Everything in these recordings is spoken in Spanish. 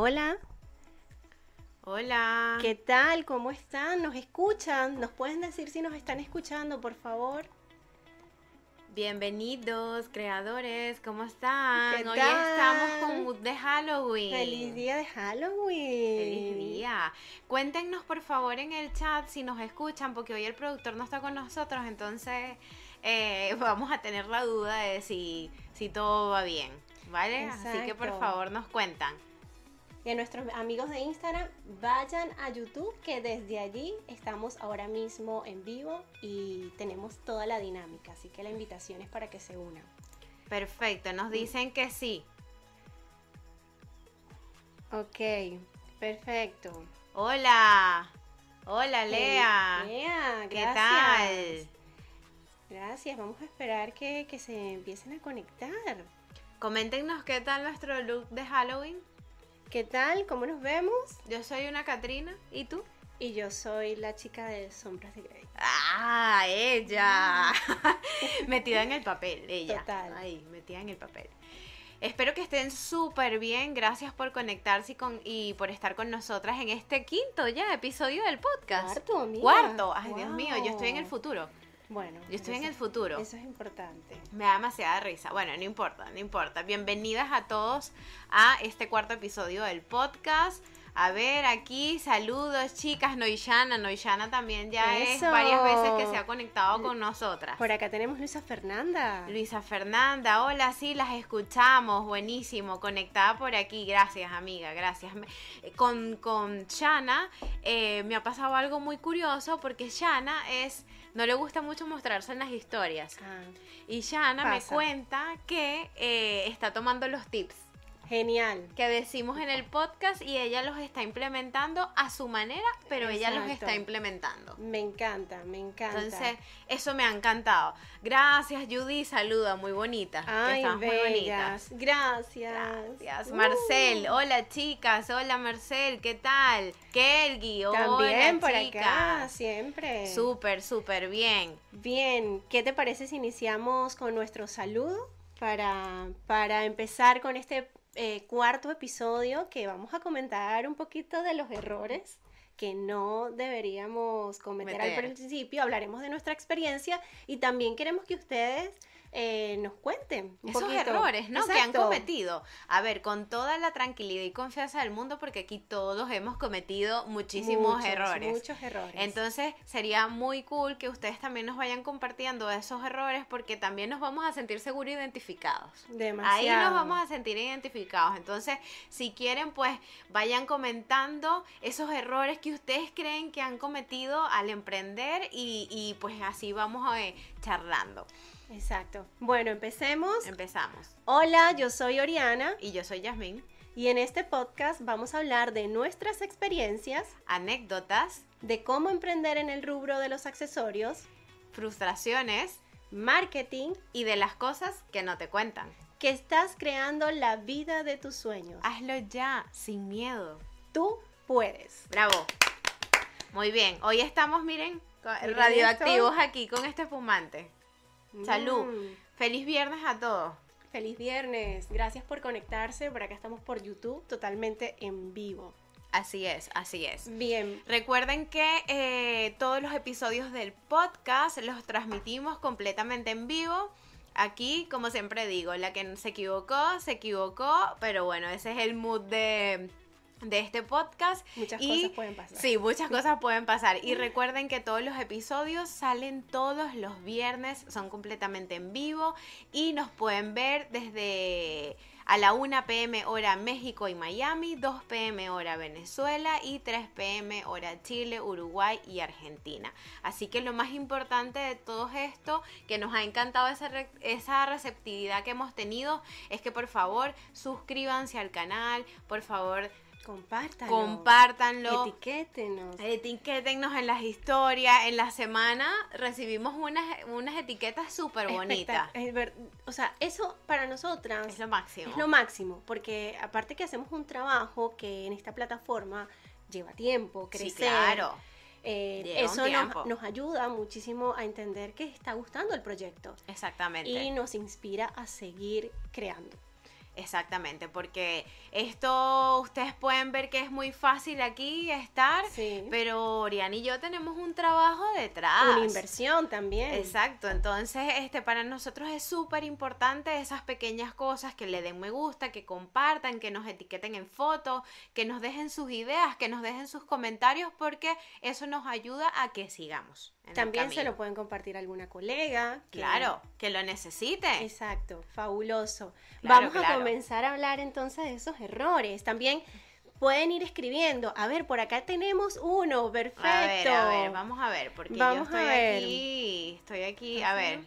Hola, Hola. ¿qué tal? ¿Cómo están? ¿Nos escuchan? ¿Nos pueden decir si nos están escuchando, por favor? Bienvenidos, creadores. ¿Cómo están? ¿Qué Hoy tal? estamos con mood de Halloween. ¡Feliz día de Halloween! ¡Feliz día! Cuéntenos por favor en el chat si nos escuchan, porque hoy el productor no está con nosotros, entonces vamos a tener la duda de si todo va bien, ¿vale? Así que por Exacto. favor nos cuentan. Y a nuestros amigos de Instagram, vayan a YouTube, que desde allí estamos ahora mismo en vivo y tenemos toda la dinámica, así que la invitación es para que se unan. Perfecto, nos dicen que sí. Ok, perfecto. Hola. Hola, Lea. Lea, ¿Qué gracias. tal? Gracias, vamos a esperar que se empiecen a conectar. Coméntenos qué tal nuestro look de Halloween. ¿Qué tal? ¿Cómo nos vemos? Yo soy una Catrina, ¿y tú? Y yo soy la chica de Sombras de Grey. ¡Ah, ella! Metida en el papel, ella. Total. Ahí, metida en el papel. Espero que estén súper bien. Gracias por conectarse y por estar con nosotras en este quinto ya episodio del podcast. Cuarto, amiga. Cuarto. Ay, Wow. Dios mío, yo estoy en el futuro. Bueno. Yo estoy en eso- el futuro. Eso es importante. Me da demasiada risa. Bueno, no importa, no importa. Bienvenidas a todos a este cuarto episodio del podcast. A ver, aquí, saludos, chicas. Noishana también ya es Eso. varias veces que se ha conectado con nosotras. Por acá tenemos Luisa Fernanda. Luisa Fernanda, hola, sí, las escuchamos, buenísimo, conectada por aquí, gracias amiga, gracias. Con Shana me ha pasado algo muy curioso porque Shana no le gusta mucho mostrarse en las historias. Ah, Y Shana me Pasa. cuenta que está tomando los tips genial. que decimos en el podcast y ella los está implementando a su manera, pero ella los Exacto. está implementando. Me encanta, me encanta. Entonces, eso me ha encantado. Gracias, Judy, saluda, muy bonita. que Ay, estamos muy bellas. bonitas. Gracias. Gracias. Marcel, hola chicas, hola Marcel, ¿qué tal? Kelgi, También hola por chicas. acá, siempre. Súper bien. Bien, ¿qué te parece si iniciamos con nuestro saludo para empezar con este cuarto episodio que vamos a comentar un poquito de los errores que no deberíamos cometer al principio? Hablaremos de nuestra experiencia y también queremos que ustedes nos cuenten un Esos poquito. errores, ¿no? Que han Exacto. cometido. A ver, con toda la tranquilidad y confianza del mundo, porque aquí todos hemos cometido muchísimos errores. Muchos errores. Entonces, sería muy cool que ustedes también nos vayan compartiendo esos errores, porque también nos vamos a sentir seguros identificados. Demasiado. Ahí nos vamos a sentir identificados. Entonces, si quieren, pues vayan comentando esos errores que ustedes creen que han cometido al emprender y pues así vamos charlando. Exacto. Bueno, empecemos. Empezamos. Hola, yo soy Oriana Y yo soy Yasmín. y en este podcast vamos a hablar de nuestras experiencias, Anécdotas, de cómo emprender en el rubro de los accesorios, frustraciones marketing, y de las cosas que no te cuentan. que estás creando la vida de tus sueños. Hazlo ya, sin miedo. Tú puedes. Bravo. Muy bien. Hoy estamos, miren, Miren radioactivos aquí con este espumante. Salud. Mm. Feliz viernes a todos. Feliz viernes. Gracias por conectarse. Por acá estamos por YouTube, totalmente en vivo. Así es, así es. Bien. Recuerden que todos los episodios del podcast los transmitimos completamente en vivo. Aquí, como siempre digo, la que se equivocó, pero bueno, ese es el mood de este podcast. Muchas cosas pueden pasar. Sí, muchas cosas pueden pasar. Y recuerden que todos los episodios salen todos los viernes, son completamente en vivo y nos pueden ver desde a la 1 p.m. hora México y Miami, 2 p.m. hora Venezuela y 3 p.m. hora Chile, Uruguay y Argentina. Así que lo más importante de todo esto, que nos ha encantado esa receptividad que hemos tenido, es que por favor suscríbanse al canal, por favor compártanlo. Etiquétennos en las historias. En la semana recibimos unas etiquetas súper bonitas. O sea, eso para nosotras Es lo máximo. Es lo máximo, porque aparte que hacemos un trabajo que en esta plataforma lleva tiempo, crecer. Sí, claro. Eso nos ayuda muchísimo a entender que está gustando el proyecto. Exactamente. Y nos inspira a seguir creando. Exactamente, porque esto ustedes pueden ver que es muy fácil aquí estar, Sí. pero Oriana y yo tenemos un trabajo detrás. Una inversión también. Exacto, entonces para nosotros es súper importante esas pequeñas cosas, que le den me gusta, que compartan, que nos etiqueten en fotos, que nos dejen sus ideas, que nos dejen sus comentarios, porque eso nos ayuda a que sigamos en el También se camino. lo pueden compartir a alguna colega. Claro, que lo necesite. Exacto, fabuloso. Claro, Vamos a claro. comenzar a hablar entonces de esos errores. También pueden ir escribiendo. A ver, por acá tenemos uno, perfecto. A ver, vamos a ver, porque Vamos yo a ver. estoy aquí, Ajá. a ver,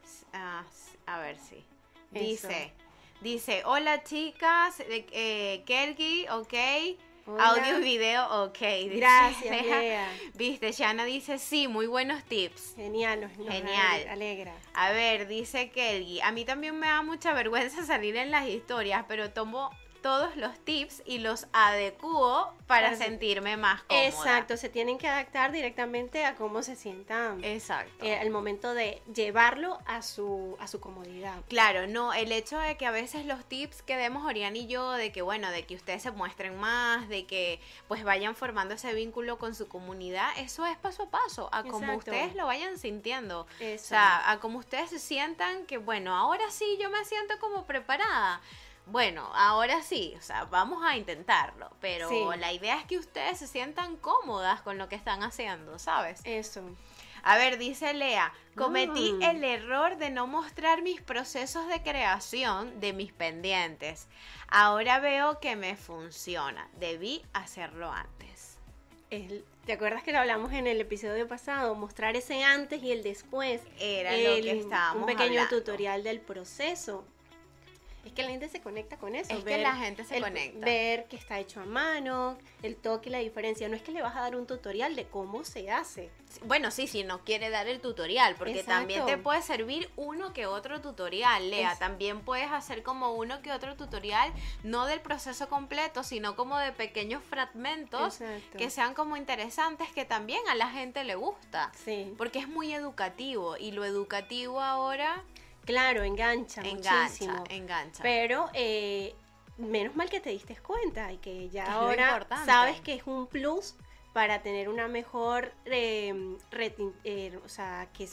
a ver, sí. Eso. Dice, hola chicas, Kelgi, ok, Hola. audio y video, ok. Dice, Gracias, Lea. Viste, Shana dice, sí, muy buenos tips. Genial, nos Genial. alegra. A ver, dice Kelgi, a mí también me da mucha vergüenza salir en las historias, pero tomo todos los tips y los adecuo para Para- sentirme más cómoda. Exacto, se tienen que adaptar directamente a cómo se sientan Exacto. al momento de llevarlo a su comodidad. Claro, no, el hecho de que a veces los tips que demos Oriana y yo, de que bueno, de que ustedes se muestren más, de que pues vayan formando ese vínculo con su comunidad, eso es paso a paso, a como Exacto. ustedes lo vayan sintiendo. Eso. O sea, a como ustedes se sientan que bueno, ahora sí yo me siento como preparada. Bueno, ahora sí, o sea, vamos a intentarlo, pero Sí. la idea es que ustedes se sientan cómodas con lo que están haciendo, ¿sabes? Eso. A ver, dice Lea, cometí Mm. el error de no mostrar mis procesos de creación de mis pendientes. Ahora veo que me funciona. Debí hacerlo antes. ¿Te acuerdas que lo hablamos en el episodio pasado? Mostrar ese antes y el después. Era lo que estábamos Un pequeño hablando. tutorial del proceso. Es que la gente se conecta con eso. Es que la gente se conecta. Ver que está hecho a mano, el toque y la diferencia. No es que le vas a dar un tutorial de cómo se hace. Bueno, sí, si no quiere dar el tutorial, porque Exacto. también te puede servir uno que otro tutorial, Lea. Es- También puedes hacer como uno que otro tutorial, no del proceso completo, sino como de pequeños fragmentos Exacto. que sean como interesantes, que también a la gente le gusta. Sí. Porque es muy educativo, y lo educativo ahora Claro, engancha muchísimo. engancha. Pero menos mal que te diste cuenta y que ya Que es lo ahora importante. sabes que es un plus para tener una mejor, o sea, que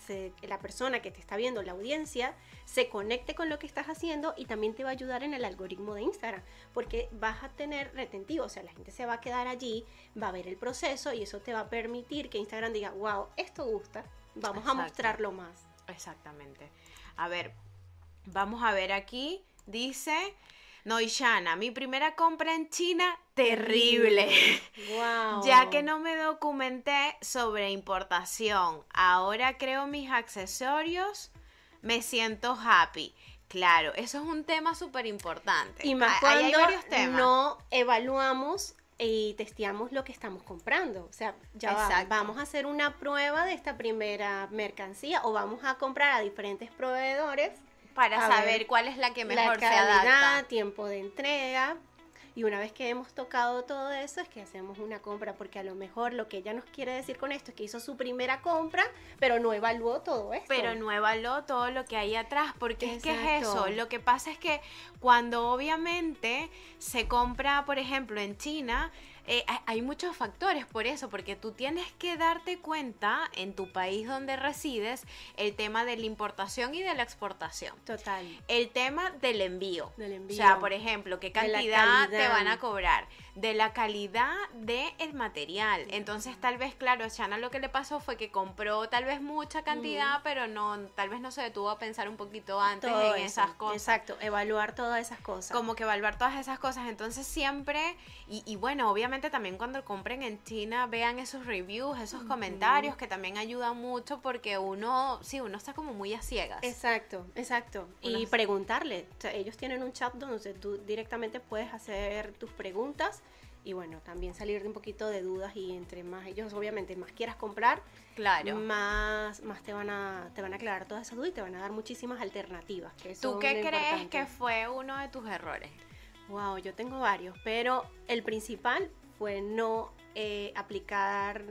la persona que te está viendo, la audiencia, se conecte con lo que estás haciendo y también te va a ayudar en el algoritmo de Instagram, porque vas a tener retentivo, o sea, la gente se va a quedar allí, va a ver el proceso y eso te va a permitir que Instagram diga, wow, esto gusta, vamos Exacto. a mostrarlo más. Exactamente. A ver, vamos a ver aquí. Dice, Noishana, mi primera compra en China, terrible. Wow. Ya que no me documenté sobre importación. Ahora creo mis accesorios, me siento happy. Claro, eso es un tema súper importante. Y más Ahí hay cuando varios temas. no evaluamos y testeamos lo que estamos comprando. O sea, Exacto. vamos a hacer una prueba de esta primera mercancía o vamos a comprar a diferentes proveedores Para a saber ver cuál es la que la mejor se calidad, adapta. tiempo de entrega. Y una vez que hemos tocado todo eso es que hacemos una compra, porque a lo mejor lo que ella nos quiere decir con esto es que hizo su primera compra, pero no evaluó todo esto. Pero no evaluó todo lo que hay atrás, porque es que es Exacto. eso. Lo que pasa es que cuando obviamente se compra, por ejemplo, en China, hay muchos factores por eso, porque tú tienes que darte cuenta en tu país donde resides el tema de la importación y de la exportación. Total. El tema del envío. Del envío. O sea, por ejemplo, qué De la cantidad te calidad. van a cobrar. De la calidad del material. Entonces, tal vez, claro, a Shana lo que le pasó fue que compró tal vez mucha cantidad, pero no, tal vez no se detuvo a pensar un poquito antes Todo en eso. esas cosas. Exacto, evaluar todas esas cosas. Como que evaluar todas esas cosas. Entonces siempre, y bueno, obviamente también cuando compren en China, vean esos reviews, esos comentarios que también ayudan mucho, porque uno está como muy a ciegas. Exacto, exacto. Y Unas- preguntarle. O sea, ellos tienen un chat donde tú directamente puedes hacer tus preguntas y bueno, también salir de un poquito de dudas, y entre más ellos, obviamente, más quieras comprar, Claro. más te van a aclarar todas esas dudas y te van a dar muchísimas alternativas. Que eso ¿Tú es qué lo crees importante. que fue uno de tus errores? Wow, yo tengo varios, pero el principal fue no aplicar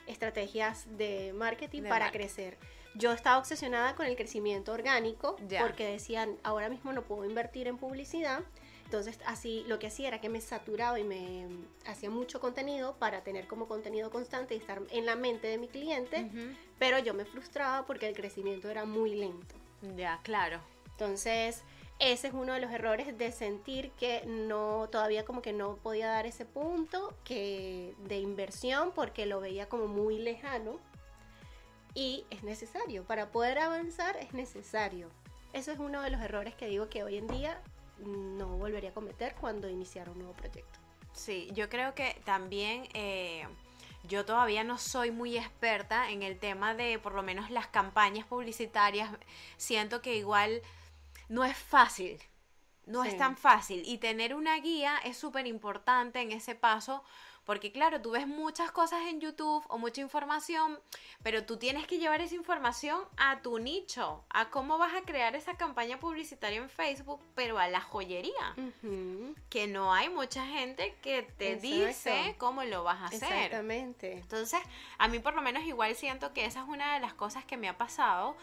estrategias de marketing De para marketing. crecer. Yo estaba obsesionada con el crecimiento orgánico Ya. porque decían, ahora mismo no puedo invertir en publicidad. Entonces, así lo que hacía era que me saturaba y me hacía mucho contenido para tener como contenido constante y estar en la mente de mi cliente, Ujú. pero yo me frustraba porque el crecimiento era muy lento. Ya, claro. Entonces, ese es uno de los errores de sentir que no, todavía como que no podía dar ese punto de inversión porque lo veía como muy lejano y es necesario, para poder avanzar es necesario. Eso es uno de los errores que digo que hoy en día no volvería a cometer cuando iniciara un nuevo proyecto. Sí, yo creo que también yo todavía no soy muy experta en el tema de por lo menos las campañas publicitarias. Siento que igual no es fácil, no Sí. es tan fácil. Y tener una guía es súper importante en ese paso. Porque claro, tú ves muchas cosas en YouTube o mucha información, pero tú tienes que llevar esa información a tu nicho, a cómo vas a crear esa campaña publicitaria en Facebook, pero a la joyería. Ujú. Que no hay mucha gente que te Exacto. dice cómo lo vas a hacer. Exactamente. Entonces, a mí por lo menos igual siento que esa es una de las cosas que me ha pasado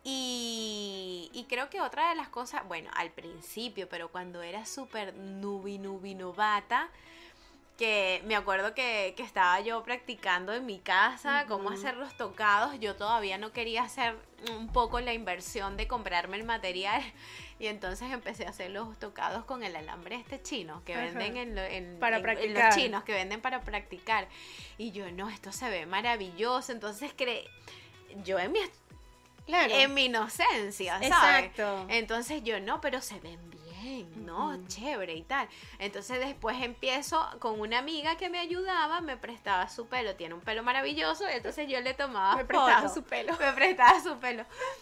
y creo que otra de las cosas, bueno, al principio, pero cuando era súper novata, que me acuerdo que estaba yo practicando en mi casa cómo hacer los tocados. Yo todavía no quería hacer un poco la inversión de comprarme el material y entonces empecé a hacer los tocados con el alambre este chino que Ajá. venden Para en practicar. los chinos que venden para practicar. Y yo, no, esto se ve maravilloso. Entonces yo en Claro. mi inocencia, ¿sabes? Exacto. Entonces yo, no, pero se ven bien, ¿no? Ujú. Chévere y tal. Entonces después empiezo con una amiga que me ayudaba, me prestaba su pelo, tiene un pelo maravilloso, entonces yo le tomaba Me prestaba fotos. su pelo. Me prestaba su pelo.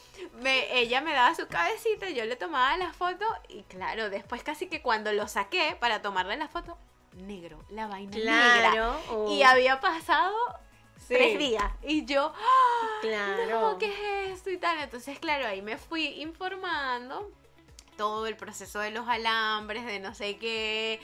Ella me daba su cabecita, yo le tomaba la foto y claro, después casi que cuando lo saqué para tomarle la foto, negro, la vaina negra. Claro. Y había pasado Sí. 3 días. Y yo, ¡ah! Claro. No, ¿qué es esto? Y tal. Entonces, claro, ahí me fui informando todo el proceso de los alambres, de no sé qué,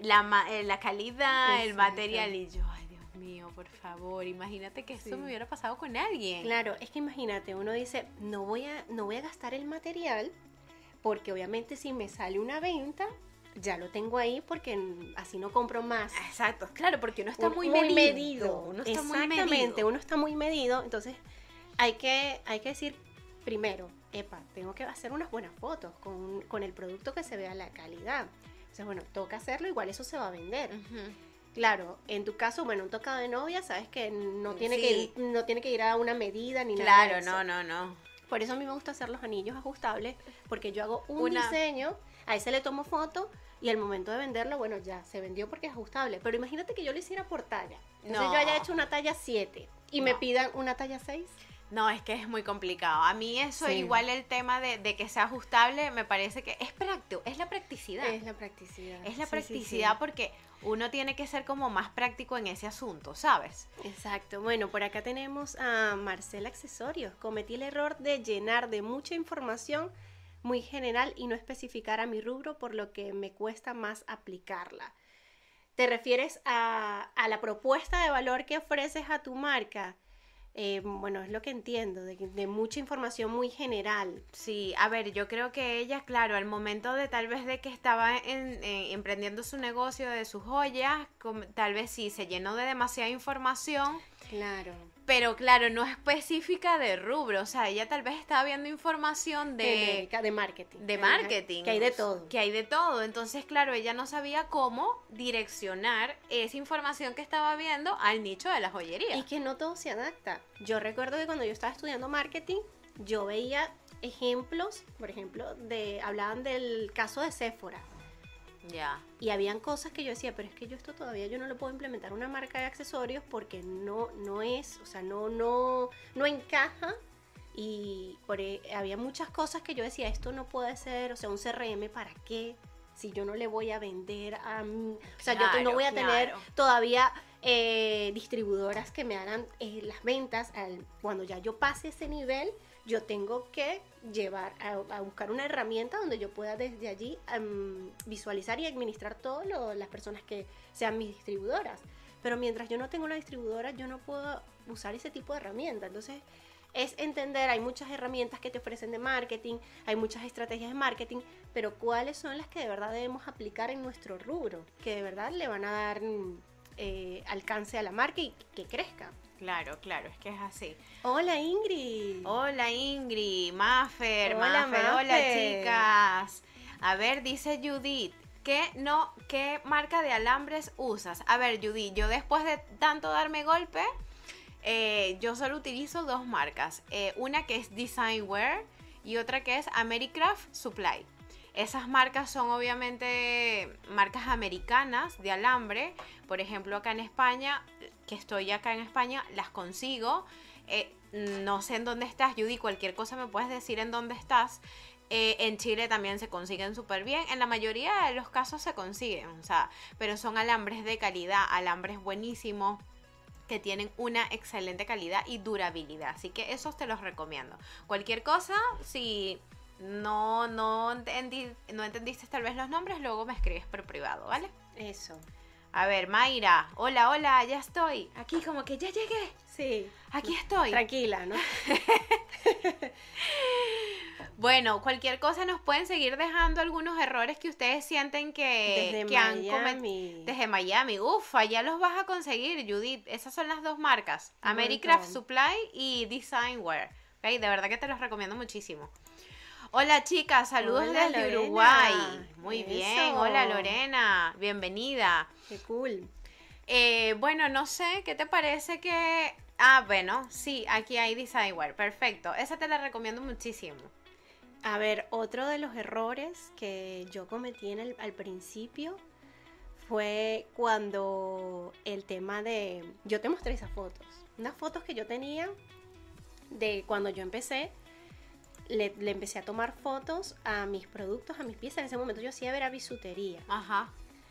la calidad, el Exacto. material. Y yo, ay, Dios mío, por favor, imagínate que Sí. esto me hubiera pasado con alguien. Claro, es que imagínate, uno dice, no voy a gastar el material, porque obviamente si me sale una venta, ya lo tengo ahí porque así no compro más. Exacto, claro, porque uno está muy medido. medido. Uno está muy Exactamente, medido. uno está muy medido, entonces hay que decir primero, tengo que hacer unas buenas fotos con el producto que se vea la calidad. Entonces, bueno, toca hacerlo, igual eso se va a vender. Ujú. Claro, en tu caso, bueno, un tocado de novia, sabes que no tiene, Sí. no tiene que ir a una medida ni nada de Claro, eso. no. Por eso a mí me gusta hacer los anillos ajustables, porque yo hago un Una- diseño, a ese le tomo foto y al momento de venderlo, bueno, ya se vendió porque es ajustable. Pero imagínate que yo lo hiciera por talla. Entonces No. yo haya hecho una talla 7 y me No. pidan una talla 6. No, es que es muy complicado. A mí eso, Sí. igual el tema de que sea ajustable, me parece que es práctico, es la practicidad. Es la practicidad. Es la Sí, sí, practicidad sí. porque uno tiene que ser como más práctico en ese asunto, ¿sabes? Exacto. Bueno, por acá tenemos a Marcela Accesorios. Cometí el error de llenar de mucha información muy general y no especificar a mi rubro, por lo que me cuesta más aplicarla. ¿Te refieres a la propuesta de valor que ofreces a tu marca? Bueno, es lo que entiendo, de mucha información muy general. Sí, a ver, yo creo que ella, claro, al momento de tal vez de que estaba emprendiendo su negocio de sus joyas, tal vez sí se llenó de demasiada información, Claro. pero claro, no específica de rubro, o sea, ella tal vez estaba viendo información Genérica, de marketing. de Ajá, marketing. Que hay de todo. Que hay de todo. Entonces, claro, ella no sabía cómo direccionar esa información que estaba viendo al nicho de la joyería. Y que no todo se adapta. Yo recuerdo que cuando yo estaba estudiando marketing, yo veía ejemplos, por ejemplo, hablaban del caso de Sephora. Ya. Y habían cosas que yo decía, pero es que yo esto todavía yo no lo puedo implementar en una marca de accesorios porque no es, o sea, no encaja. Y había muchas cosas que yo decía, esto no puede ser, o sea, un CRM, ¿para qué? Si yo no le voy a vender a mí, o sea, yo Claro, no voy a tener claro. todavía distribuidoras que me hagan las ventas. Cuando ya yo pase ese nivel, yo tengo que llevar a buscar una herramienta donde yo pueda desde allí visualizar y administrar todas las personas que sean mis distribuidoras. Pero mientras yo no tengo una distribuidora, yo no puedo usar ese tipo de herramientas. Entonces, es entender, hay muchas herramientas que te ofrecen de marketing, hay muchas estrategias de marketing, pero ¿cuáles son las que de verdad debemos aplicar en nuestro rubro? Que de verdad le van a dar alcance a la marca y que crezca. Claro, claro, es que es así. Hola Ingrid. Hola Ingrid, Maffer, Hola, hola Maffer. chicas. A ver, dice Judith, ¿qué marca de alambres usas? A ver, Judith, yo después de tanto darme golpe, yo solo utilizo dos marcas. Una que es Designwear y otra que es Americraft Supply. Esas marcas son obviamente marcas americanas de alambre. Por ejemplo, acá en España, que estoy acá en España, las consigo. No sé en dónde estás, Judy, cualquier cosa me puedes decir en dónde estás. En Chile también se consiguen súper bien. En la mayoría de los casos se consiguen, o sea, pero son alambres de calidad, alambres buenísimos, que tienen una excelente calidad y durabilidad. Así que esos te los recomiendo. Cualquier cosa, si no entendiste tal vez los nombres, luego me escribes por privado, ¿vale? Eso. A ver, Mayra, hola, ya estoy. Aquí como que ya llegué. Sí. Aquí estoy. Tranquila, ¿no? Bueno, cualquier cosa nos pueden seguir dejando algunos errores que ustedes sienten que han cometido. Desde Miami. Uf, allá los vas a conseguir, Judith. Esas son las dos marcas. Americraft Supply y Designwear. ¿Okay? De verdad que te los recomiendo muchísimo. Hola chicas, saludos desde Lorena. Uruguay. Muy Eso. bien, hola Lorena, bienvenida. Qué cool. Bueno, no sé, ¿qué te parece que...? Bueno, sí, aquí hay Designwear, perfecto. Esa te la recomiendo muchísimo. A ver, otro de los errores que yo cometí al principio fue cuando el tema de... Yo te mostré esas fotos. Unas fotos que yo tenía de cuando yo empecé. Le empecé a tomar fotos a mis productos, a mis piezas. En ese momento yo hacía ver bisutería. Ajá.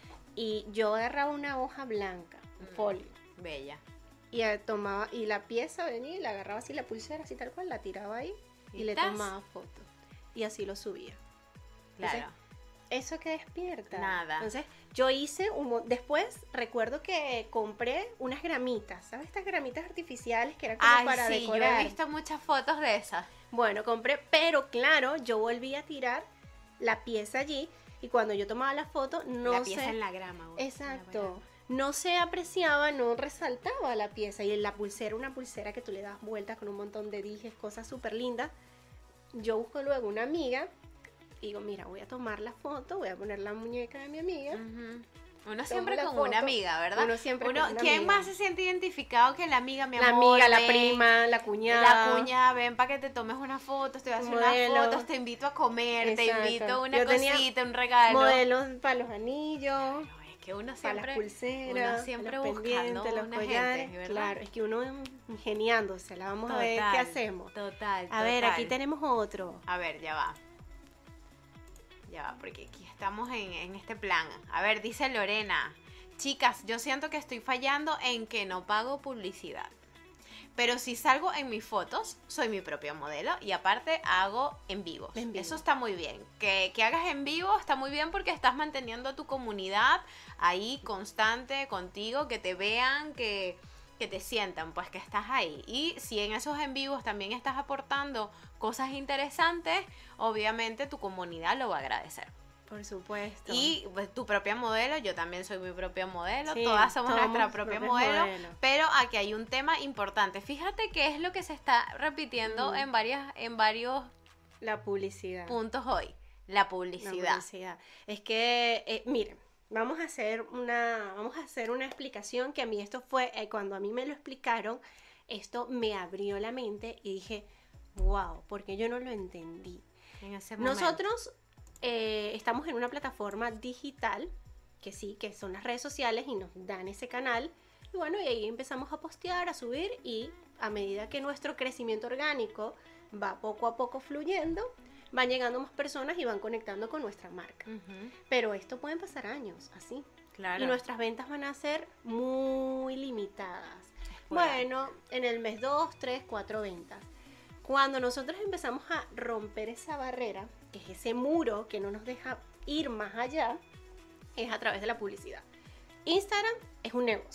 Y yo agarraba una hoja blanca, un folio. Bella. Y tomaba, y la pieza venía y la agarraba así, la pulsera así tal cual, la tiraba ahí y le tomaba fotos. Y así lo subía. Claro. Entonces, ¿eso que despierta? Nada. Entonces, yo hice después recuerdo que compré unas gramitas, ¿sabes? Estas gramitas artificiales que eran como para decorar. Yo he visto muchas fotos de esas. Bueno, compré, pero claro, yo volví a tirar la pieza allí y cuando yo tomaba la foto, la pieza en la grama. Exacto. No se apreciaba, no resaltaba la pieza. Y en la pulsera, una pulsera que tú le das vueltas con un montón de dijes, cosas súper lindas. Yo busco luego una amiga y digo, mira, voy a tomar la foto, voy a poner la muñeca de mi amiga. Uno siempre con una amiga, ¿verdad? Uno siempre con una ¿Quién amiga. más se siente identificado que la amiga, mi La amor? amiga, la ven, prima, la cuñada. La cuñada, ven para que te tomes una foto, te voy a hacer unas fotos, te invito a comer, Exacto. te invito a una Yo tenía cosita, un regalo. Modelos para los anillos. Que uno para siempre, las pulseras, uno siempre los buscando los una collares, gente, ¿verdad? claro, es que uno ingeniándose, la vamos a ver qué hacemos. Total. A ver, aquí tenemos otro. A ver, ya va, porque aquí estamos en este plan. A ver, dice Lorena, chicas, yo siento que estoy fallando en que no pago publicidad. Pero si salgo en mis fotos, soy mi propio modelo y aparte hago en vivos. Eso está muy bien. Que hagas en vivo está muy bien porque estás manteniendo a tu comunidad ahí constante contigo, que te vean, que te sientan, pues que estás ahí. Y si en esos en vivos también estás aportando cosas interesantes, obviamente tu comunidad lo va a agradecer. Por supuesto. Y pues, tu propia modelo, yo también soy mi propia modelo, sí, todas somos nuestra propia modelo, pero aquí hay un tema importante. Fíjate que es lo que se está repitiendo en varios la publicidad. Puntos hoy, la publicidad. Es que, miren, vamos a hacer una explicación que a mí esto fue, cuando a mí me lo explicaron, esto me abrió la mente y dije, wow, porque yo no lo entendí. En ese momento. Nosotros estamos en una plataforma digital, que sí, que son las redes sociales y nos dan ese canal. Y bueno, y ahí empezamos a postear, a subir y a medida que nuestro crecimiento orgánico va poco a poco fluyendo, van llegando más personas y van conectando con nuestra marca. Pero esto pueden pasar años así. Claro. Y nuestras ventas van a ser muy limitadas. Bueno, en el mes 2, 3, 4 ventas. Cuando nosotros empezamos a romper esa barrera, que es ese muro que no nos deja ir más allá, es a través de la publicidad. Instagram es un negocio.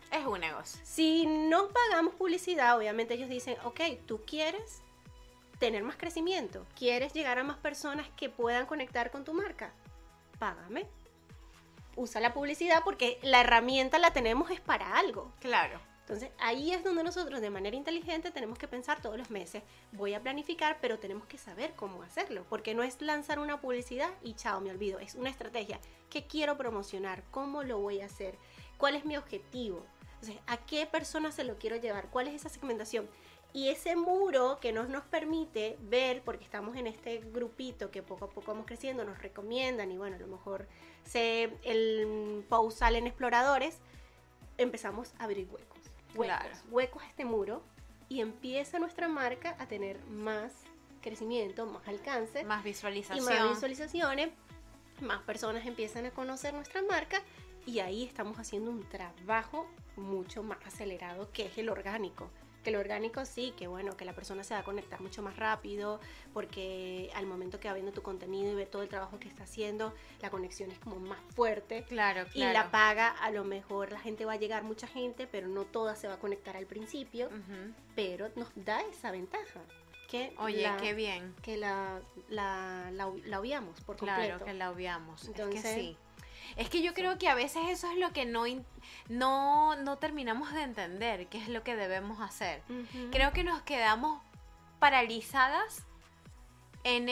Es un negocio. Si no pagamos publicidad, obviamente ellos dicen, ok, tú quieres tener más crecimiento, quieres llegar a más personas que puedan conectar con tu marca, págame. Usa la publicidad porque la herramienta la tenemos es para algo. Claro. Entonces ahí es donde nosotros de manera inteligente tenemos que pensar todos los meses, voy a planificar, pero tenemos que saber cómo hacerlo, porque no es lanzar una publicidad y chao, me olvido, es una estrategia. ¿Qué quiero promocionar? ¿Cómo lo voy a hacer? ¿Cuál es mi objetivo? Entonces, ¿a qué persona se lo quiero llevar? ¿Cuál es esa segmentación? Y ese muro que nos permite ver, porque estamos en este grupito que poco a poco vamos creciendo, nos recomiendan y bueno, a lo mejor el post sale en exploradores, empezamos a abrir huecos. Claro. Huecos a este muro y empieza nuestra marca a tener más crecimiento, más alcance, más visualización. Y más visualizaciones, más personas empiezan a conocer nuestra marca y ahí estamos haciendo un trabajo mucho más acelerado que es el orgánico. Que el orgánico sí, que bueno, que la persona se va a conectar mucho más rápido porque al momento que va viendo tu contenido y ve todo el trabajo que está haciendo, la conexión es como más fuerte. Claro. Y la paga, a lo mejor la gente va a llegar, mucha gente, pero no toda se va a conectar al principio, pero nos da esa ventaja. Que oye, qué bien. Que la obviamos por completo. Claro, que la obviamos. Entonces, es que sí. Es que yo creo que a veces eso es lo que no terminamos de entender, qué es lo que debemos hacer. Creo que nos quedamos paralizadas en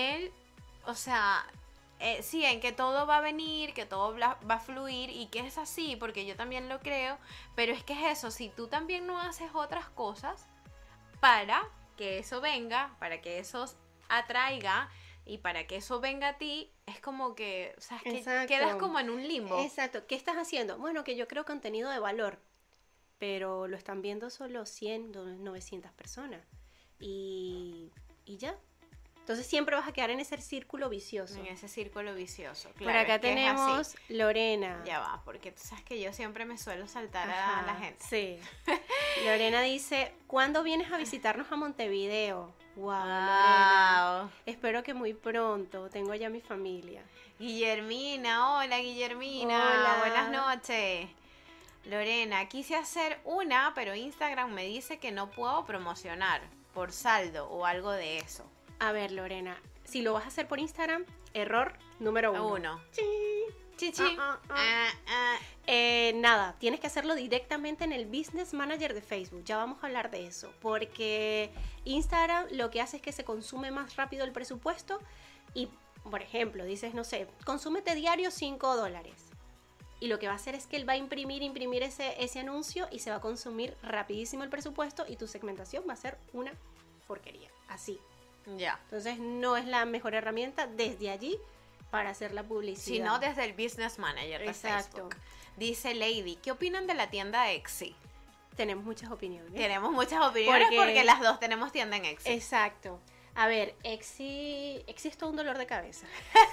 sí, en que todo va a venir, que todo va a fluir y que es así, porque yo también lo creo, pero es que es eso, si tú también no haces otras cosas para que eso venga, para que eso atraiga y para que eso venga a ti, es como que, o sea, es que exacto, quedas como en un limbo. Exacto. ¿Qué estás haciendo? Bueno, que yo creo contenido de valor, pero lo están viendo solo 100, 900 personas. Y ya. Entonces siempre vas a quedar en ese círculo vicioso. En ese círculo vicioso, claro. Por acá tenemos Lorena. Ya va, porque tú sabes que yo siempre me suelo saltar a la gente. Sí. Lorena dice, ¿cuándo vienes a visitarnos a Montevideo? Wow, Lorena. Espero que muy pronto. Tengo ya mi familia. Guillermina, hola Guillermina. Hola. Buenas noches. Lorena, quise hacer una, pero Instagram me dice que no puedo promocionar por saldo o algo de eso. A ver, Lorena, si lo vas a hacer por Instagram, error número 1. Chichi. Nada, tienes que hacerlo directamente en el Business Manager de Facebook. Ya vamos a hablar de eso. Porque Instagram lo que hace es que se consume más rápido el presupuesto. Y, por ejemplo, dices, no sé, consúmete diario $5. Y lo que va a hacer es que él va a imprimir ese anuncio y se va a consumir rapidísimo el presupuesto y tu segmentación va a ser una porquería. Así. Ya. Entonces no es la mejor herramienta desde allí para hacer la publicidad. Sino desde el Business Manager de Facebook. Dice Lady, ¿qué opinan de la tienda Exi? Tenemos muchas opiniones. Tenemos muchas opiniones porque las dos tenemos tienda en Exi. Exacto. A ver, Exi es todo un dolor de cabeza.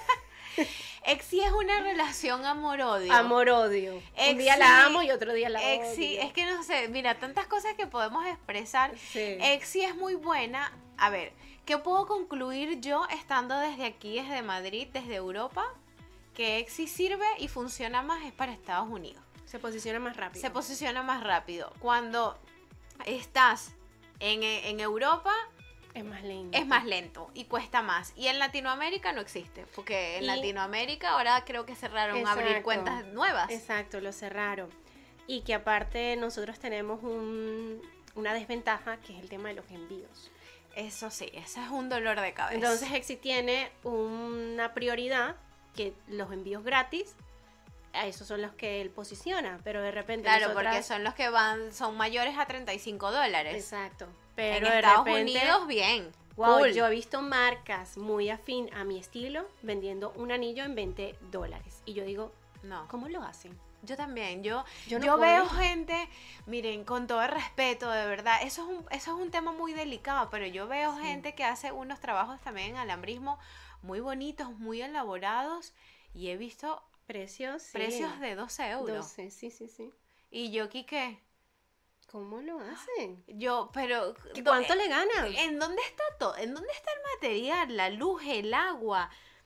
Exi es una relación amor-odio. Amor-odio. Un día la amo y otro día la odio. Exi, es que no sé, mira, tantas cosas que podemos expresar. Sí. Exi es muy buena. A ver, ¿qué puedo concluir yo estando desde aquí, desde Madrid, desde Europa? Que Exi sirve y funciona más es para Estados Unidos. Se posiciona más rápido. Se posiciona más rápido. Cuando estás en Europa, es más lento. Es más lento y cuesta más. Y en Latinoamérica no existe, porque en Latinoamérica ahora creo que cerraron abrir cuentas nuevas. Exacto, lo cerraron. Y que aparte nosotros tenemos una desventaja, que es el tema de los envíos. Eso sí, eso es un dolor de cabeza. Entonces Exi tiene una prioridad, que los envíos gratis, a esos son los que él posiciona, pero de repente claro, porque son los que son mayores a $35. Exacto. Pero en de Estados repente, Unidos, bien. Wow, cool. Yo he visto marcas muy afín a mi estilo vendiendo un anillo en $20. Y yo digo, no, ¿cómo lo hacen? Yo también, yo no veo gente, miren, con todo el respeto, de verdad, eso es un tema muy delicado, pero yo veo gente que hace unos trabajos también en alambrismo muy bonitos, muy elaborados, y he visto precios de 12 euros. 12, sí. Y yo, ¿qué? ¿Cómo lo hacen? Pero... ¿Cuánto le ganan? ¿En dónde está todo? ¿En dónde está el material, la luz, el agua?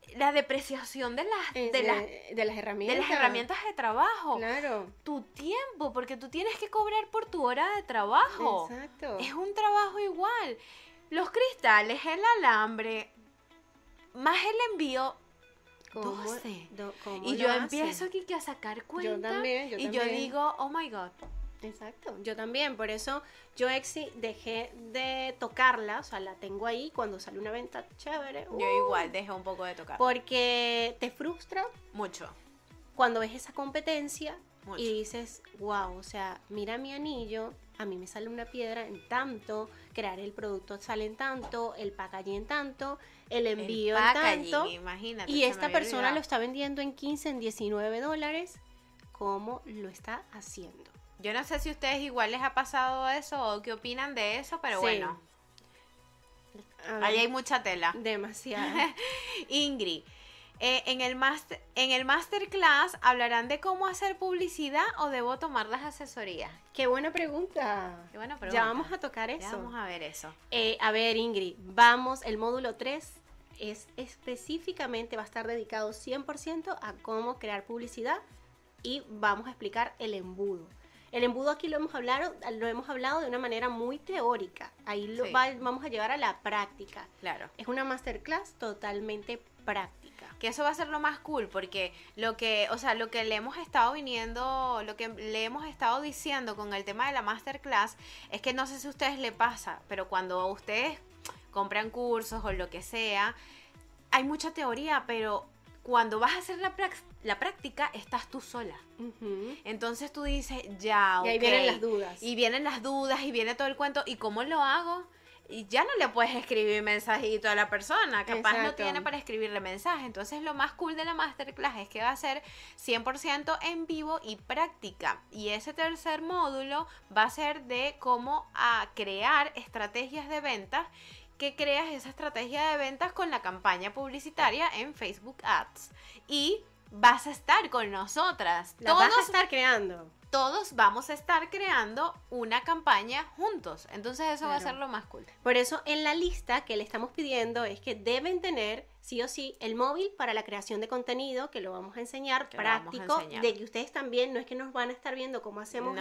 la depreciación de las herramientas. De las herramientas de trabajo. Claro. Tu tiempo, porque tú tienes que cobrar por tu hora de trabajo. Exacto. Es un trabajo igual. Los cristales, el alambre, más el envío, 12. Y yo empiezo aquí a sacar cuenta. Yo también. Y yo digo, oh my God. Exacto, yo también, por eso yo dejé de tocarla, o sea, la tengo ahí cuando sale una venta chévere. Yo igual dejé un poco de tocar. Porque te frustra mucho cuando ves esa competencia mucho. Y dices, wow, o sea, mira mi anillo, a mí me sale una piedra en tanto, crear el producto sale en tanto, el packaging en tanto, el envío en tanto, imagínate, y esta persona lo está vendiendo en 15, en $19, ¿cómo lo está haciendo? Yo no sé si a ustedes igual les ha pasado eso o qué opinan de eso, pero Sí. bueno. Ahí hay mucha tela. Demasiado. Ingrid, en el masterclass hablarán de cómo hacer publicidad o debo tomar las asesorías. Qué buena pregunta. Qué buena pregunta. Ya vamos a tocar eso. Ya vamos a ver eso. A ver, Ingrid, el módulo 3 es específicamente, va a estar dedicado 100% a cómo crear publicidad y vamos a explicar el embudo. El embudo aquí lo hemos hablado de una manera muy teórica. Ahí Sí. Vamos a llevar a la práctica. Claro. Es una masterclass totalmente práctica. Que eso va a ser lo más cool, porque lo que le hemos estado le hemos estado diciendo con el tema de la masterclass, es que no sé si a ustedes les pasa, pero cuando ustedes compran cursos o lo que sea, hay mucha teoría, pero cuando vas a hacer la práctica, estás tú sola. Uh-huh. Entonces tú dices, ya, Y ahí vienen las dudas. Y vienen las dudas, y viene todo el cuento, ¿y cómo lo hago? Y ya no le puedes escribir mensajito a la persona, capaz no Exacto. tiene para escribirle mensaje. Entonces lo más cool de la masterclass es que va a ser 100% en vivo y práctica. Y ese tercer módulo va a ser de cómo crear estrategias de ventas, que creas esa estrategia de ventas con la campaña publicitaria en Facebook Ads. Y vas a estar con nosotras. La vas a estar creando. Todos vamos a estar creando una campaña juntos. Entonces eso va a ser lo más cool. Por eso en la lista que le estamos pidiendo es que deben tener sí o sí el móvil para la creación de contenido, que lo vamos a enseñar, práctico, de que ustedes también, no es que nos van a estar viendo cómo hacemos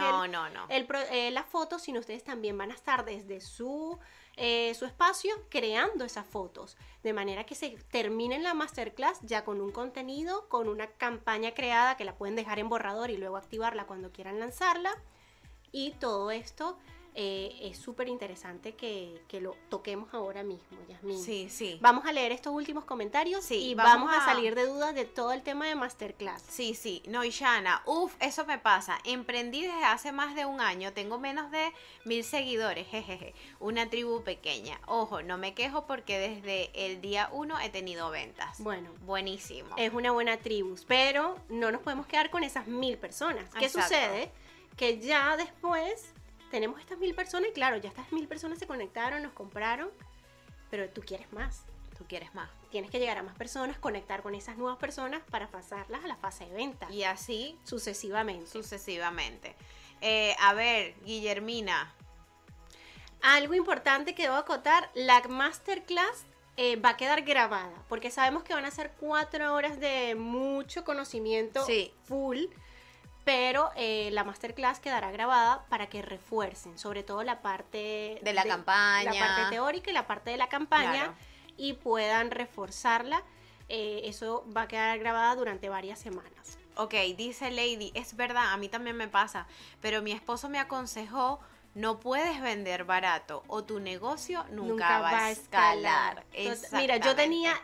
la foto, sino ustedes también van a estar desde su espacio creando esas fotos, de manera que se terminen la masterclass ya con un contenido, con una campaña creada que la pueden dejar en borrador y luego activarla cuando quieran lanzarla. Y todo esto es súper interesante que lo toquemos ahora mismo, Yasmín. Sí, sí. Vamos a leer estos últimos comentarios y vamos a salir de dudas de todo el tema de masterclass. Sí, sí. No, Ishana, eso me pasa. Emprendí desde hace más de un año, tengo menos de 1000 seguidores, jejeje. Una tribu pequeña. Ojo, no me quejo porque desde el día 1 he tenido ventas. Bueno. Buenísimo. Es una buena tribu, pero no nos podemos quedar con esas 1000 personas. ¿Qué sucede? Que ya después tenemos estas 1000 personas y claro, ya estas 1000 personas se conectaron, nos compraron, pero tú quieres más. Tú quieres más. Tienes que llegar a más personas, conectar con esas nuevas personas para pasarlas a la fase de venta. Y así sucesivamente. A ver, Guillermina. Algo importante que debo acotar, la masterclass va a quedar grabada, porque sabemos que van a ser 4 horas de mucho conocimiento full. Pero la masterclass quedará grabada para que refuercen, sobre todo la parte de la campaña, la parte teórica y la parte de la campaña, claro, y puedan reforzarla. Eso va a quedar grabada durante varias semanas. Ok, dice Lady, es verdad, a mí también me pasa, pero mi esposo me aconsejó, no puedes vender barato o tu negocio nunca va a escalar. Mira, yo tenía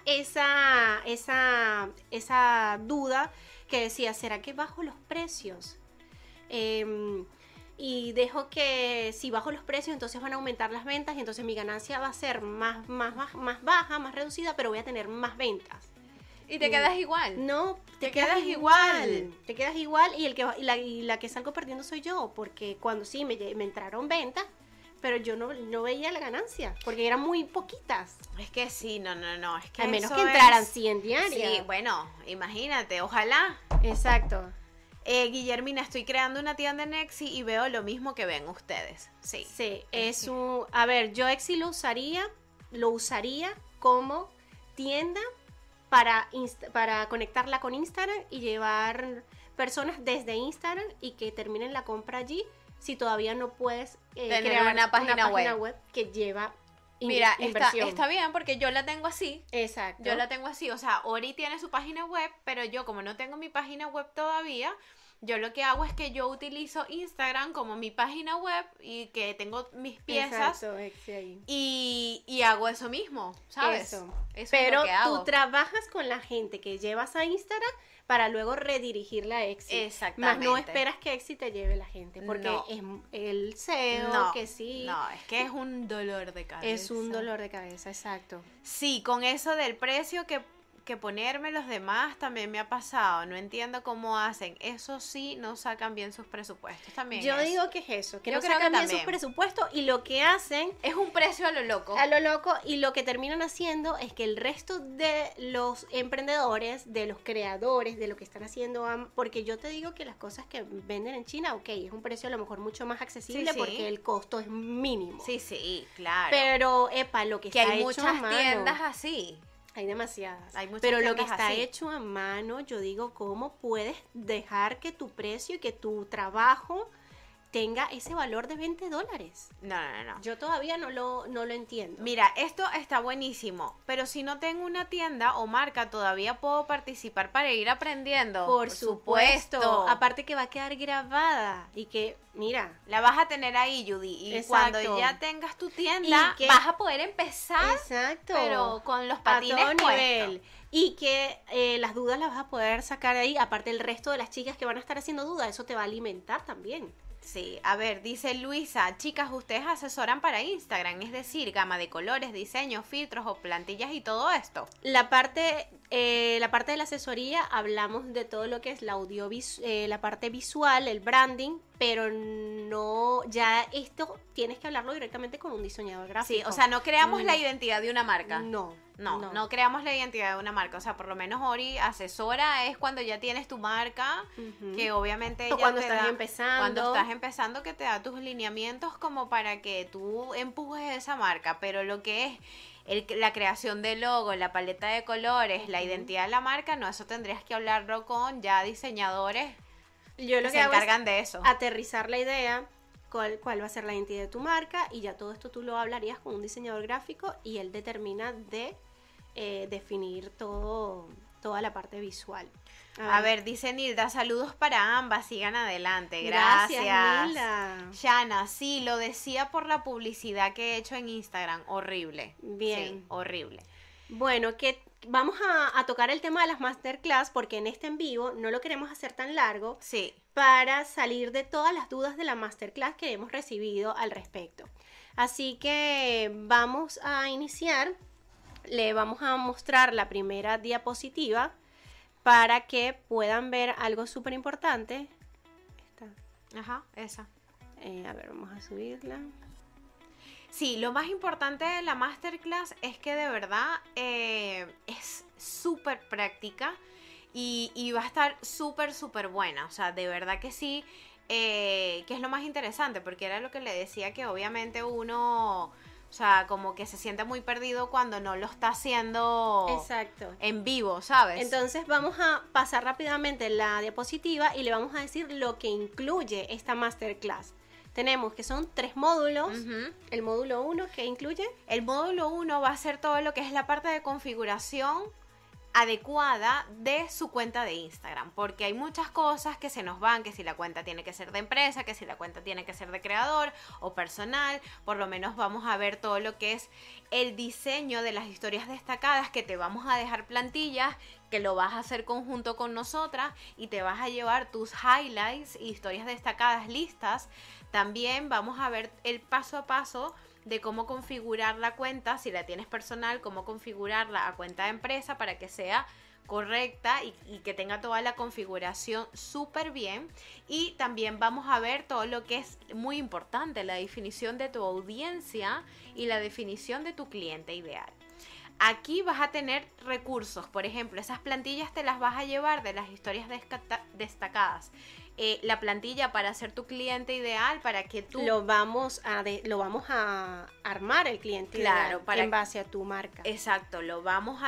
esa duda que decía, ¿será que bajo los precios? Y dejo que si bajo los precios, entonces van a aumentar las ventas y entonces mi ganancia va a ser más baja, más reducida, pero voy a tener más ventas. Y te quedas igual. No, te quedas igual. Te quedas igual y la que salgo perdiendo soy yo, porque cuando sí me entraron ventas, pero yo no veía la ganancia, porque eran muy poquitas. Es que sí, no, es que a menos que entraran 100 diarias. Sí, bueno, imagínate, ojalá. Exacto. Guillermina, estoy creando una tienda en Etsy y veo lo mismo que ven ustedes. Sí. Sí, a ver, yo Etsy lo usaría como tienda para conectarla con Instagram y llevar personas desde Instagram y que terminen la compra allí si todavía no puedes crear una página web que lleva Mira, inversión. está bien porque yo la tengo así. Exacto. Yo la tengo así. O sea, Ori tiene su página web, pero yo como no tengo mi página web todavía, yo lo que hago es que yo utilizo Instagram como mi página web y que tengo mis piezas. Exacto, y hago eso mismo, ¿sabes? Eso. Eso Pero es lo que hago. tú trabajas con la gente que llevas a Instagram para luego redirigirla a Exit. Exactamente. Más no esperas que Exit te lleve la gente, porque No. es el SEO, No, que sí. No, es que es un dolor de cabeza. Es un dolor de cabeza, exacto. Sí, con eso del precio que ponerme los demás también me ha pasado. No entiendo cómo hacen. Eso sí, no sacan bien sus presupuestos también. Yo digo que es eso, que Yo no creo que sacan bien sus también. presupuestos y lo que hacen Es un precio a lo loco. a lo loco y lo que terminan haciendo es que el resto de los emprendedores, de los creadores, de lo que están haciendo, porque yo te digo que las cosas que venden en China, ok, es un precio a lo mejor mucho más accesible Sí. porque el costo es mínimo. Sí, claro. Pero, lo que que está hay hecho a muchas mano, tiendas así. hay demasiadas. Hay muchas Pero lo que tiendas está así. hecho a mano, yo digo, ¿cómo puedes dejar que tu precio y que tu trabajo tenga ese valor de $20? No. Yo todavía no lo entiendo. Mira, esto está buenísimo, pero si no tengo una tienda o marca, todavía puedo participar para ir aprendiendo. Por supuesto. Aparte que va a quedar grabada y que, mira, La vas a tener ahí, Judy. Y Exacto. cuando ya tengas tu tienda, Y que- vas a poder empezar, exacto, pero con los a patines todo puestos. nivel. Y que las dudas las vas a poder sacar de ahí. Aparte el resto de las chicas que van a estar haciendo dudas, eso te va a alimentar también. Sí, a ver, dice Luisa, chicas, ustedes asesoran para Instagram, es decir, gama de colores, diseños, filtros o plantillas y todo esto. La parte de la asesoría hablamos de todo lo que es la parte visual, el branding, pero no, ya esto tienes que hablarlo directamente con un diseñador gráfico. Sí, o sea, no creamos la identidad de una marca. No creamos la identidad de una marca. O sea, por lo menos Ori asesora es cuando ya tienes tu marca, Ujú. que obviamente O ella cuando te estás da- empezando. Cuando estás empezando, que te da tus lineamientos como para que tú empujes esa marca. Pero lo que es la creación del logo, la paleta de colores, la identidad de la marca, no, eso tendrías que hablarlo con ya diseñadores Yo lo que que se hago es encargan de eso. aterrizar la idea, cuál va a ser la identidad de tu marca, y ya todo esto tú lo hablarías con un diseñador gráfico y él determina de definir toda la parte visual. A ver, dice Nilda, saludos para ambas, sigan adelante, Gracias, gracias. Nilda. Shana, sí, lo decía por la publicidad que he hecho en Instagram, horrible. Bien. Sí, horrible. Bueno, que vamos a tocar el tema de las masterclass porque en este en vivo no lo queremos hacer tan largo Sí, para salir de todas las dudas de la masterclass que hemos recibido al respecto. Así que vamos a iniciar, le vamos a mostrar la primera diapositiva para que puedan ver algo súper importante. ajá, esa. A ver, vamos a subirla. Sí, lo más importante de la masterclass es que de verdad es súper práctica y va a estar súper buena. O sea, de verdad que sí, que es lo más interesante, porque era lo que le decía, que obviamente uno, o sea, como que se siente muy perdido cuando no lo está haciendo Exacto. en vivo, ¿sabes? Entonces vamos a pasar rápidamente la diapositiva y le vamos a decir lo que incluye esta masterclass. Tenemos que son 3 módulos. Ujú. El módulo 1 que incluye El módulo 1 va a ser todo lo que es la parte de configuración adecuada de su cuenta de Instagram, porque hay muchas cosas que se nos van, que si la cuenta tiene que ser de empresa, que si la cuenta tiene que ser de creador o personal. Por lo menos vamos a ver todo lo que es el diseño de las historias destacadas, que te vamos a dejar plantillas, que lo vas a hacer conjunto con nosotras y te vas a llevar tus highlights y historias destacadas listas. También vamos a ver el paso a paso de cómo configurar la cuenta, si la tienes personal, cómo configurarla a cuenta de empresa para que sea correcta y que tenga toda la configuración súper bien. Y también vamos a ver todo lo que es muy importante, la definición de tu audiencia y la definición de tu cliente ideal. Aquí vas a tener recursos, por ejemplo, esas plantillas te las vas a llevar de las historias destacadas. La plantilla para ser tu cliente ideal, para que tú... Lo vamos a armar el cliente Claro, ideal en base a tu marca. Exacto, lo vamos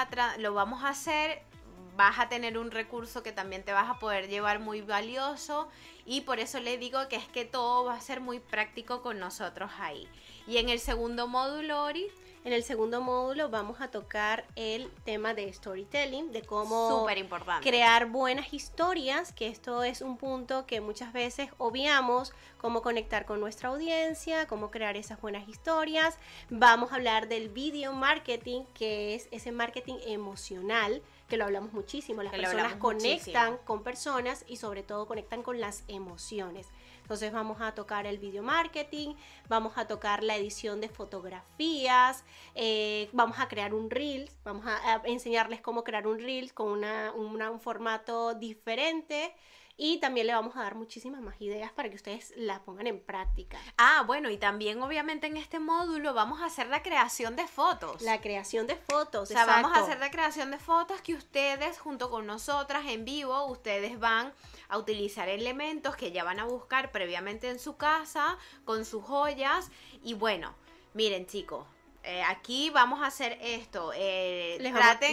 a hacer, vas a tener un recurso que también te vas a poder llevar muy valioso y por eso le digo que es que todo va a ser muy práctico con nosotros ahí. Y en el segundo módulo, Ori... En el segundo módulo vamos a tocar el tema de storytelling, de cómo Súper importante. crear buenas historias, que esto es un punto que muchas veces obviamos, cómo conectar con nuestra audiencia, cómo crear esas buenas historias. Vamos a hablar del video marketing, que es ese marketing emocional, que lo hablamos muchísimo. Las personas conectan con personas y sobre todo conectan con las emociones. Entonces vamos a tocar el video marketing, vamos a tocar la edición de fotografías, vamos a crear un Reels, vamos a enseñarles cómo crear un Reels con un formato diferente. Y también le vamos a dar muchísimas más ideas para que ustedes las pongan en práctica. Ah, bueno, y también obviamente en este módulo vamos a hacer la creación de fotos. La creación de fotos, o sea, exacto. Vamos a hacer la creación de fotos que ustedes, junto con nosotras en vivo, ustedes van a utilizar elementos que ya van a buscar previamente en su casa, con sus joyas. Y bueno, miren chicos, aquí vamos a hacer esto. Traten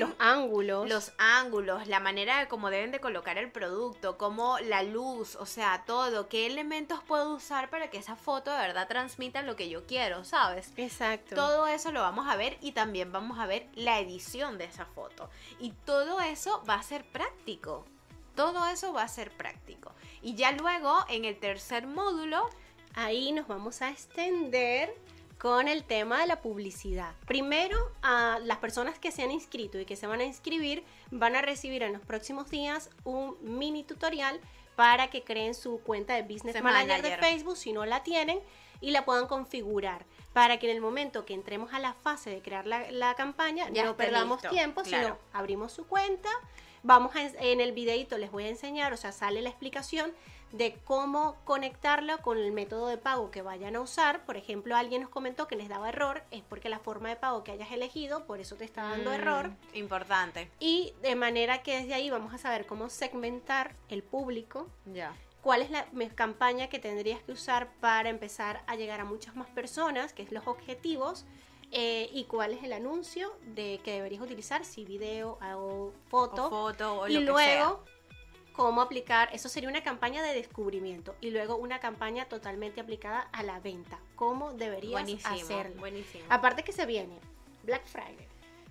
los ángulos, la manera de cómo deben de colocar el producto, como la luz, o sea, todo. ¿Qué elementos puedo usar para que esa foto de verdad transmita lo que yo quiero, sabes? Exacto. Todo eso lo vamos a ver y también vamos a ver la edición de esa foto. Y todo eso va a ser práctico. Todo eso va a ser práctico. Y ya luego, en el tercer módulo, ahí nos vamos a extender con el tema de la publicidad. Primero, a las personas que se han inscrito y que se van a inscribir van a recibir en los próximos días un mini tutorial para que creen su cuenta de Business Manager de Facebook si no la tienen y la puedan configurar para que en el momento que entremos a la fase de crear la campaña ya no perdamos tiempo, sino abrimos su cuenta. En el videito les voy a enseñar, o sea, sale la explicación de cómo conectarla con el método de pago que vayan a usar. Por ejemplo, alguien nos comentó que les daba error, es porque la forma de pago que hayas elegido, por eso te está dando error. Importante. Y de manera que desde ahí vamos a saber cómo segmentar el público. Ya. ¿Cuál es la campaña que tendrías que usar para empezar a llegar a muchas más personas, que es los objetivos? Y cuál es el anuncio que deberías utilizar, si video o foto o y lo que luego cómo aplicar, eso sería una campaña de descubrimiento y luego una campaña totalmente aplicada a la venta, cómo deberías hacerlo. Buenísimo. Aparte que se viene Black Friday,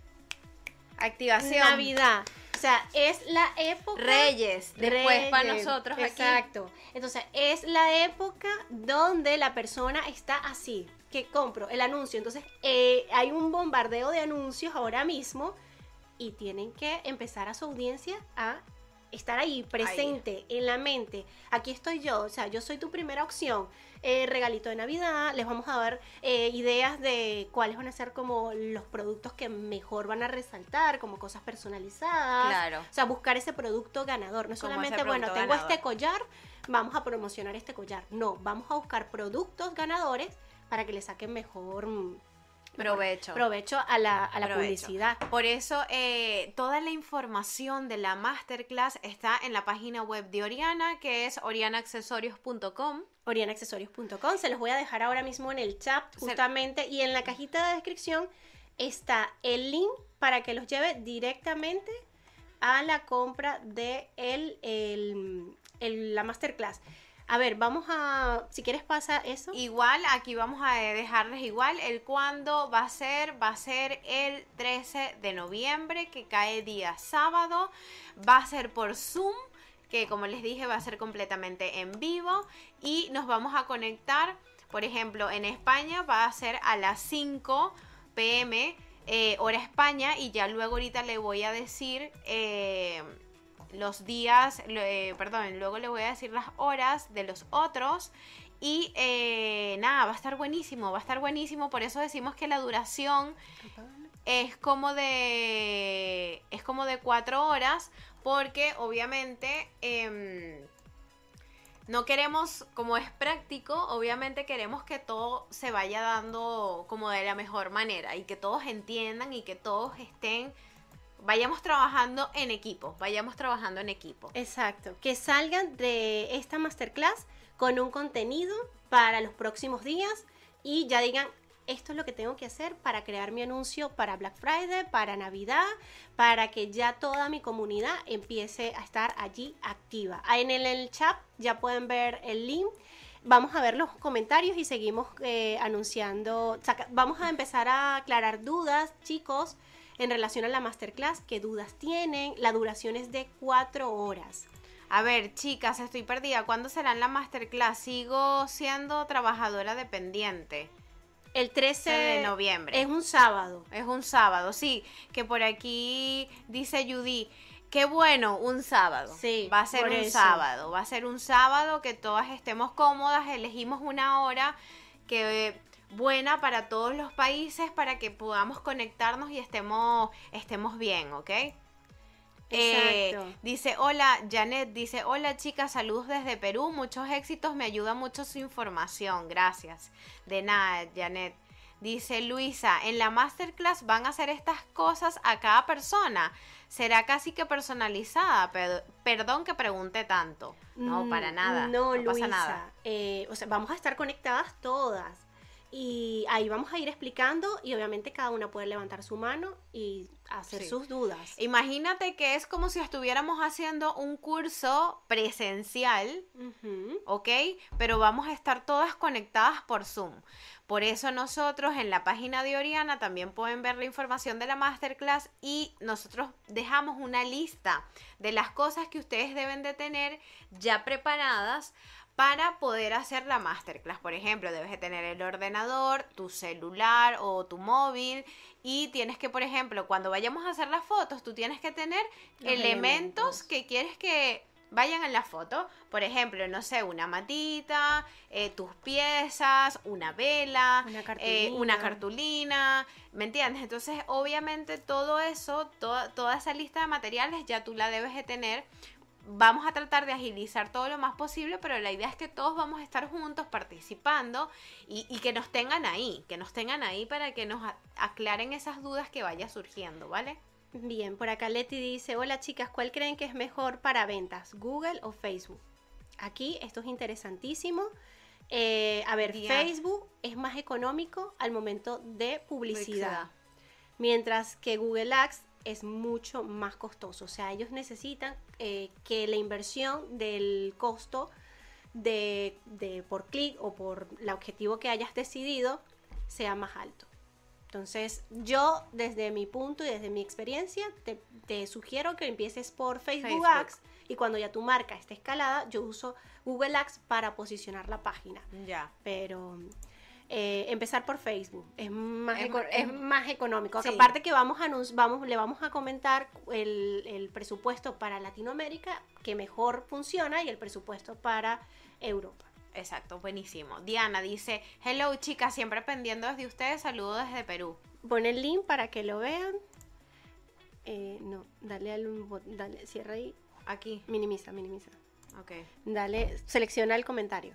activación, Navidad, o sea, es la época Reyes, después para nosotros aquí. Exacto. Entonces, es la época donde la persona está así, que compro el anuncio. Entonces, hay un bombardeo de anuncios ahora mismo y tienen que empezar a su audiencia a estar ahí, presente, en la mente. Aquí estoy yo, o sea, yo soy tu primera opción. Regalito de Navidad, les vamos a dar ideas de cuáles van a ser como los productos que mejor van a resaltar, como cosas personalizadas. Claro. O sea, buscar ese producto ganador. No es solamente, bueno, tengo este collar, vamos a promocionar este collar. No, vamos a buscar productos ganadores para que le saquen mejor provecho a la publicidad. Por eso toda la información de la masterclass está en la página web de Oriana, que es orianaccesorios.com. orianaccesorios.com, se los voy a dejar ahora mismo en el chat justamente y en la cajita de descripción está el link para que los lleve directamente a la compra de la masterclass. A ver, si quieres pasa eso. Igual, aquí vamos a dejarles igual el cuándo va a ser el 13 de noviembre, que cae día sábado, va a ser por Zoom, que como les dije va a ser completamente en vivo y nos vamos a conectar, por ejemplo, en España va a ser a las 5 p.m. Hora España y ya luego ahorita le voy a decir los días, luego le voy a decir las horas de los otros y nada, va a estar buenísimo, por eso decimos que la duración es como de 4 horas, porque obviamente no queremos, como es práctico, obviamente queremos que todo se vaya dando como de la mejor manera y que todos entiendan y que todos vayamos trabajando en equipo, Exacto, que salgan de esta masterclass con un contenido para los próximos días y ya digan, esto es lo que tengo que hacer para crear mi anuncio para Black Friday, para Navidad, para que ya toda mi comunidad empiece a estar allí activa. En el chat ya pueden ver el link. Vamos a ver los comentarios y seguimos anunciando. Vamos a empezar a aclarar dudas, chicos, en relación a la masterclass. ¿Qué dudas tienen? La duración es de 4 horas. A ver, chicas, estoy perdida. ¿Cuándo será la masterclass? Sigo siendo trabajadora dependiente. El 13 de noviembre. Es un sábado. Es un sábado, sí. Que por aquí dice Judy, qué bueno, un sábado. Sí, va a ser un sábado. Va a ser un sábado que todas estemos cómodas. Elegimos una hora que buena para todos los países para que podamos conectarnos y estemos bien, ¿ok? Exacto. Dice, hola, Janet, dice, hola chicas, saludos desde Perú, muchos éxitos, me ayuda mucho su información, gracias. De nada, Janet. Dice Luisa, en la masterclass van a hacer estas cosas a cada persona, será casi que personalizada, perdón que pregunte tanto. No, para nada, no Luisa, pasa nada. O sea, vamos a estar conectadas todas. Y ahí vamos a ir explicando y obviamente cada una puede levantar su mano y hacer sus dudas. Imagínate que es como si estuviéramos haciendo un curso presencial, ¿ok? Pero vamos a estar todas conectadas por Zoom. Por eso nosotros en la página de Oriana también pueden ver la información de la masterclass y nosotros dejamos una lista de las cosas que ustedes deben de tener ya preparadas para poder hacer la masterclass. Por ejemplo, debes de tener el ordenador, tu celular o tu móvil y tienes que, por ejemplo, cuando vayamos a hacer las fotos, tú tienes que tener elementos que quieres que vayan en la foto. Por ejemplo, no sé, una matita, tus piezas, una vela, una cartulina, ¿me entiendes? Entonces, obviamente, todo eso, toda esa lista de materiales ya tú la debes de tener. Vamos a tratar de agilizar todo lo más posible, pero la idea es que todos vamos a estar juntos participando y que nos tengan ahí para que nos aclaren esas dudas que vaya surgiendo, ¿vale? Bien, por acá Leti dice, hola chicas, ¿cuál creen que es mejor para ventas, Google o Facebook? Aquí esto es interesantísimo. A ver, Facebook es más económico al momento de publicidad. Mientras que Google Ads es mucho más costoso. O sea, ellos necesitan que la inversión del costo de por clic o por el objetivo que hayas decidido sea más alto. Entonces, yo desde mi punto y desde mi experiencia te sugiero que empieces por Facebook Ads y cuando ya tu marca esté escalada, yo uso Google Ads para posicionar la página. Ya. Pero empezar por Facebook es más económico. Sí. Aparte que le vamos a comentar el presupuesto para Latinoamérica que mejor funciona y el presupuesto para Europa. Exacto, buenísimo. Diana dice, hello chicas, siempre aprendiendo desde ustedes, saludos desde Perú. Pon el link para que lo vean. Dale, cierra ahí. Aquí. Minimiza. Ok. Dale, selecciona el comentario.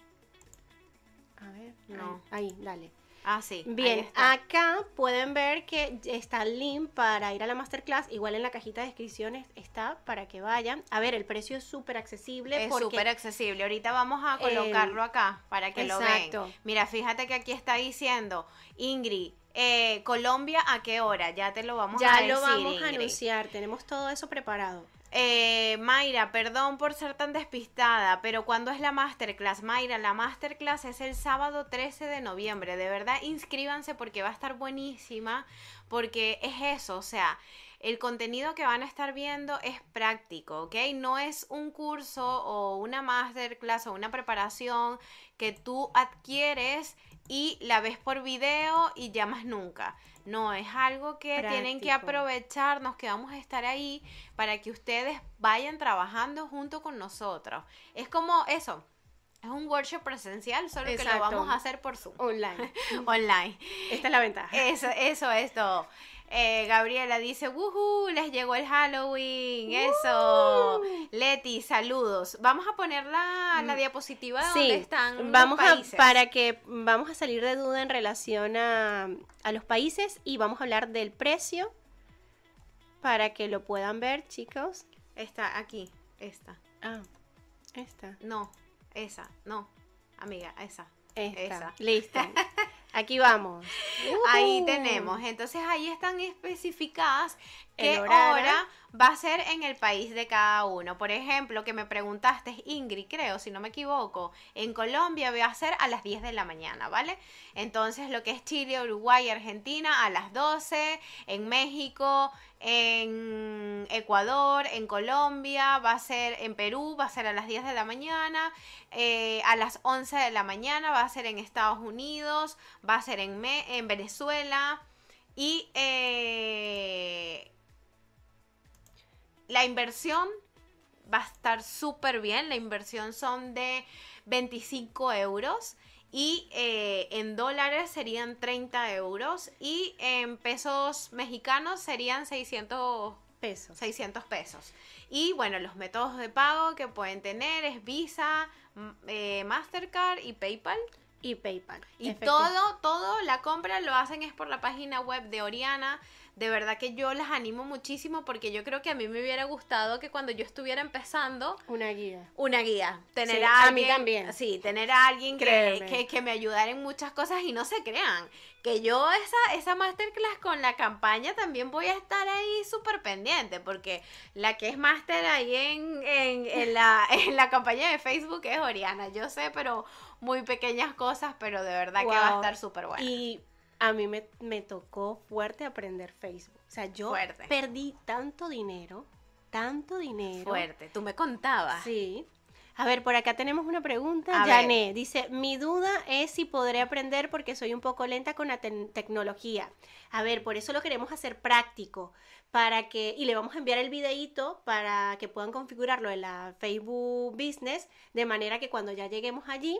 A ver, no. Ahí, dale. Ah, sí. Bien, acá pueden ver que está el link para ir a la masterclass. Igual en la cajita de descripciones está para que vayan. A ver, el precio es súper accesible. Es súper accesible. Ahorita vamos a colocarlo acá para que lo vean. Mira, fíjate que aquí está diciendo, Ingrid, Colombia, ¿a qué hora? Ya te lo vamos a decir, Ya lo vamos Ingrid. a anunciar. Tenemos todo eso preparado. Mayra, perdón por ser tan despistada, pero ¿cuándo es la masterclass? Mayra, la masterclass es el sábado 13 de noviembre. De verdad, inscríbanse porque va a estar buenísima, porque es eso, o sea, el contenido que van a estar viendo es práctico, ¿ok? No es un curso o una masterclass o una preparación que tú adquieres y la ves por video y ya más nunca. No, es algo que tienen que aprovecharnos, que vamos a estar ahí para que ustedes vayan trabajando junto con nosotros. Es como eso, es un workshop presencial, solo que lo vamos a hacer por Zoom. Online. Online. Esta es la ventaja. Eso es todo. Gabriela dice, ¡wujú! Les llegó el Halloween. Eso. Leti, saludos. Vamos a poner la diapositiva de donde están vamos los países. Vamos a salir de duda en relación a los países y vamos a hablar del precio para que lo puedan ver, chicos. Está aquí, esta. Ah, esta. No, esa, no. Amiga, esa. Esa. Listo. Aquí vamos. Ahí tenemos. Entonces ahí están especificadas qué El horario. hora va a ser en el país de cada uno. Por ejemplo, que me preguntaste, Ingrid, creo, si no me equivoco, en Colombia va a ser a las 10 de la mañana, ¿vale? Entonces lo que es Chile, Uruguay, Argentina a las 12, en México, en Ecuador, en Colombia, va a ser en Perú, va a ser a las 10 de la mañana, a las 11 de la mañana va a ser en Estados Unidos, va a ser en Venezuela y la inversión va a estar súper bien. La inversión son de 25 euros y en dólares serían 30 euros y en pesos mexicanos serían 600 pesos. Y bueno, los métodos de pago que pueden tener es Visa, Mastercard y PayPal. Y PayPal. Y todo la compra lo hacen es por la página web de Oriana. De verdad que yo las animo muchísimo porque yo creo que a mí me hubiera gustado que cuando yo estuviera empezando una guía. Tener Sí, a a mí alguien, también. sí, tener a alguien Créeme. que me ayudara en muchas cosas y no se crean que yo esa masterclass con la campaña también voy a estar ahí súper pendiente porque la que es máster ahí en la campaña de Facebook es Oriana, yo sé, pero muy pequeñas cosas, pero de verdad que va a estar súper buena. Y a mí me tocó fuerte aprender Facebook. O sea, yo perdí tanto dinero. Fuerte, tú me contabas. Sí. A ver, por acá tenemos una pregunta. A Jané ver. dice, mi duda es si podré aprender porque soy un poco lenta con la tecnología. A ver, por eso lo queremos hacer práctico, y le vamos a enviar el videíto para que puedan configurarlo en la Facebook Business, de manera que cuando ya lleguemos allí,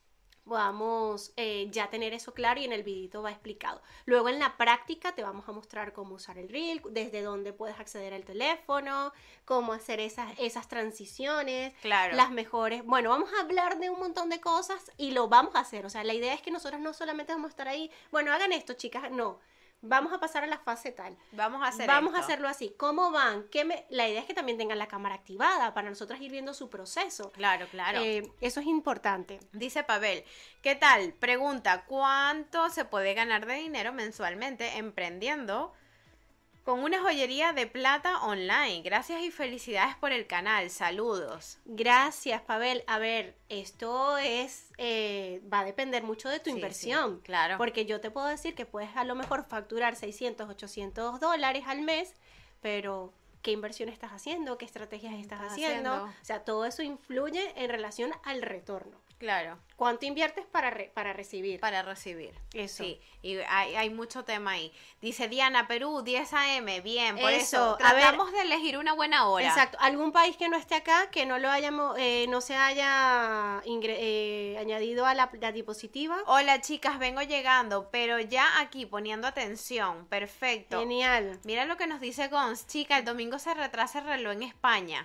podamos ya tener eso claro y en el videito va explicado. Luego en la práctica te vamos a mostrar cómo usar el reel, desde dónde puedes acceder al teléfono, cómo hacer esas transiciones, claro, las mejores. Bueno, vamos a hablar de un montón de cosas y lo vamos a hacer. O sea, la idea es que nosotros no solamente vamos a estar ahí, bueno, hagan esto, chicas, no. Vamos a pasar a la fase tal. Vamos a hacerlo así. ¿Cómo van? La idea es que también tengan la cámara activada para nosotras ir viendo su proceso. Claro. Eso es importante. Dice Pavel, ¿qué tal? Pregunta, ¿cuánto se puede ganar de dinero mensualmente emprendiendo con una joyería de plata online? Gracias y felicidades por el canal. Saludos. Gracias, Pavel. A ver, esto va a depender mucho de tu inversión. Sí, claro. Porque yo te puedo decir que puedes a lo mejor facturar $600, $800 al mes, pero ¿qué inversión estás haciendo? ¿Qué estrategias estás haciendo? O sea, todo eso influye en relación al retorno. Claro. ¿Cuánto inviertes para recibir? Para recibir. Eso. Sí, y hay mucho tema ahí. Dice Diana, Perú, 10 a.m. Bien, por eso A ver, tratamos de elegir una buena hora. Exacto. ¿Algún país que no esté acá, que no lo hayamos, no se haya añadido a la diapositiva? Hola, chicas, vengo llegando, pero ya aquí poniendo atención. Perfecto. Genial. Mira lo que nos dice Gons. Chica, el domingo se retrasa el reloj en España.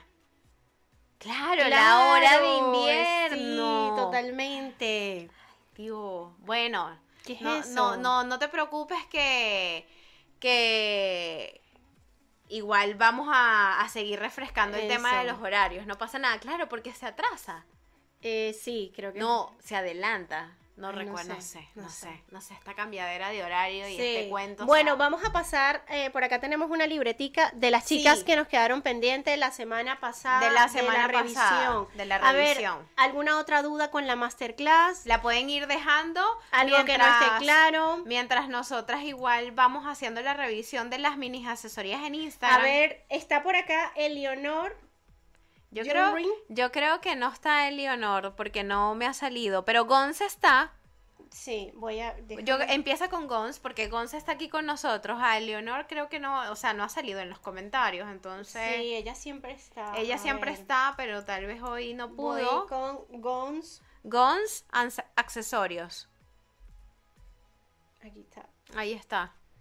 Claro, la hora de invierno. Sí, totalmente. Tío, bueno, ¿qué es eso? No te preocupes que igual vamos a seguir refrescando el tema de los horarios. No pasa nada, claro, porque se atrasa. Sí, creo que no, se adelanta. No Ay, recuerdo, no sé, esta cambiadera de horario y sí. este cuento. Bueno, vamos a pasar, por acá tenemos una libretica de las chicas que nos quedaron pendientes la semana pasada. De la semana revisión. De la A revisión. ver, ¿alguna otra duda con la masterclass? La pueden ir dejando. Algo que no esté claro. Mientras nosotras igual vamos haciendo la revisión de las mini asesorías en Instagram. A ver, está por acá Eleonor. Yo creo que no está Eleonor porque no me ha salido, pero Gons está. Sí, voy a... Empieza con Gons porque Gons está aquí con nosotros. A Eleonor creo que no, o sea, no ha salido en los comentarios, entonces... Sí, ella siempre está. Ella siempre está, pero tal vez hoy no pudo. Voy con Gons. Gons accesorios. Aquí está. Ahí está.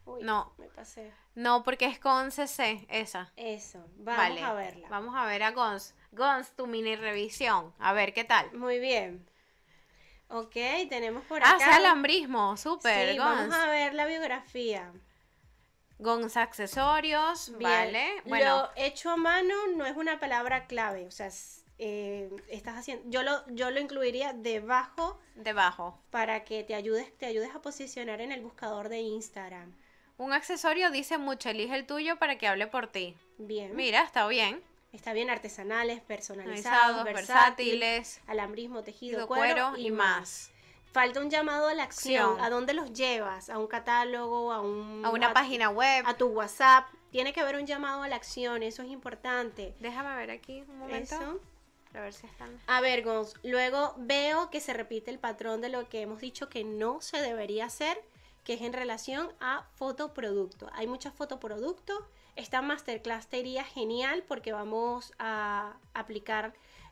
Uy, No. me pasé. No, porque es con CC, esa. Eso, vamos a verla. Vamos a ver a Gons. Gons, tu mini revisión. A ver, ¿qué tal? Muy bien. Ok, tenemos por Ah, acá. sea alambrismo, súper, Sí, Gons. vamos a ver la biografía. Gons accesorios, Bien. vale. Bueno, Lo hecho a mano no es una palabra clave, o sea, estás haciendo, yo lo incluiría debajo debajo. para que te ayudes a posicionar en el buscador de Instagram. Un accesorio dice mucho, elige el tuyo para que hable por ti. Bien. Mira, está bien. Está bien, artesanales, Personalizados, personalizados, versátiles, versátiles, alambrismo, tejido, cuero y y más. Falta un llamado a la acción. Acción. ¿A dónde los llevas? ¿A un catálogo? ¿A una página web? a tu WhatsApp? Tiene que haber un llamado a la acción, eso es importante. Déjame ver aquí un momento. Eso. A ver si están. A ver, Gonz, luego veo que se repite el patrón de lo que hemos dicho que no se debería hacer, que es en relación a fotoproducto. Hay muchos fotoproductos. Esta masterclass te iría genial porque vamos a aplicar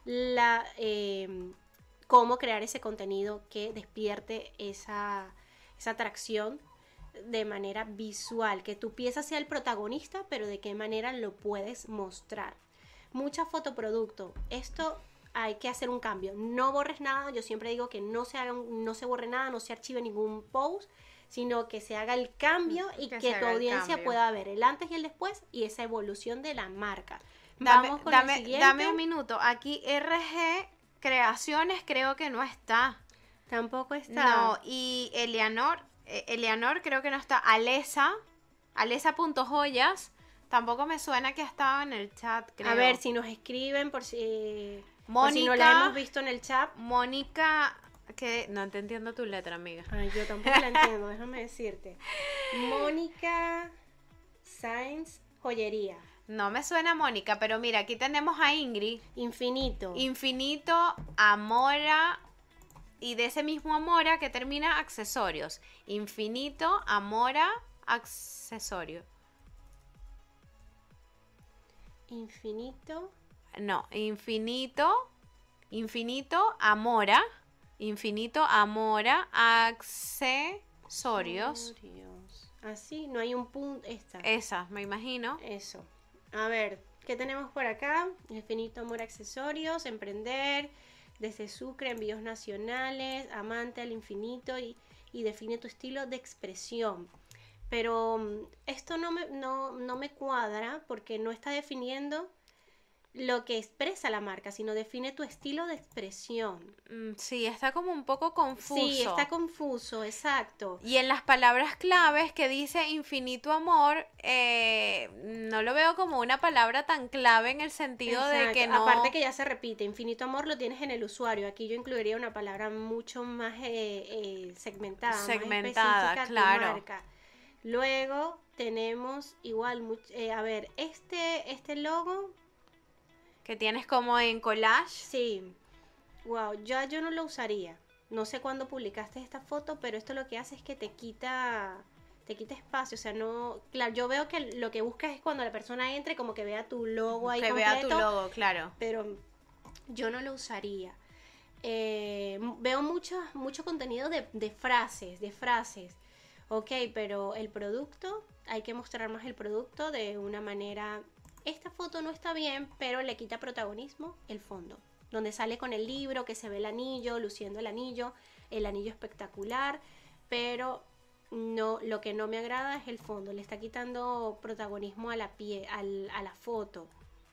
cómo crear ese contenido que despierte esa atracción de manera visual, que tu pieza sea el protagonista, pero de qué manera lo puedes mostrar. Mucha fotoproducto. Esto hay que hacer un cambio. No borres nada. Yo siempre digo que no se borre nada, no se archive ningún post, sino que se haga el cambio y que tu audiencia pueda ver el antes y el después y esa evolución de la marca. Vamos con el siguiente. Dame un minuto. Aquí RG Creaciones creo que no está. Tampoco está. No, y Eleanor creo que no está. Alesa.joyas. Tampoco me suena que estaba en el chat, creo. A ver si nos escriben por si Mónica, no la hemos visto en el chat. Mónica, que no te entiendo tu letra, amiga. Ay, yo tampoco la entiendo, déjame decirte. Mónica Sainz Joyería. No me suena Mónica, pero mira, aquí tenemos a Ingrid. Infinito. Infinito, Amora, y de ese mismo Amora que termina accesorios. Infinito, Amora, accesorio. Infinito. No, infinito, Amora, accesorios. Así, no hay un punto. Esa, me imagino. Eso. A ver, ¿qué tenemos por acá? Infinito amor, accesorios, emprender, desde Sucre, envíos nacionales, amante al infinito y define tu estilo de expresión. Pero esto no me cuadra porque no está definiendo lo que expresa la marca, sino define tu estilo de expresión. Sí, está como un poco confuso. Sí, está confuso, exacto. Y en las palabras claves que dice infinito amor, no lo veo como una palabra tan clave en el sentido Exacto. de que no... Aparte que ya se repite, infinito amor lo tienes en el usuario. Aquí yo incluiría una palabra mucho más segmentada, más específica claro. a tu marca. Luego tenemos igual, a ver, este logo... Que tienes como en collage. Sí. Wow, yo no lo usaría. No sé cuándo publicaste esta foto, pero esto lo que hace es que te quita espacio, o sea, no, claro, yo veo que lo que buscas es cuando la persona entre como que vea tu logo ahí completo, vea tu logo, claro. Pero yo no lo usaría. Veo mucho contenido de frases. Ok, pero el producto, hay que mostrar más el producto de una manera... Esta foto no está bien, pero le quita protagonismo el fondo, donde sale con el libro, que se ve el anillo, luciendo el anillo espectacular, pero no, lo que no me agrada es el fondo, le está quitando protagonismo a la foto.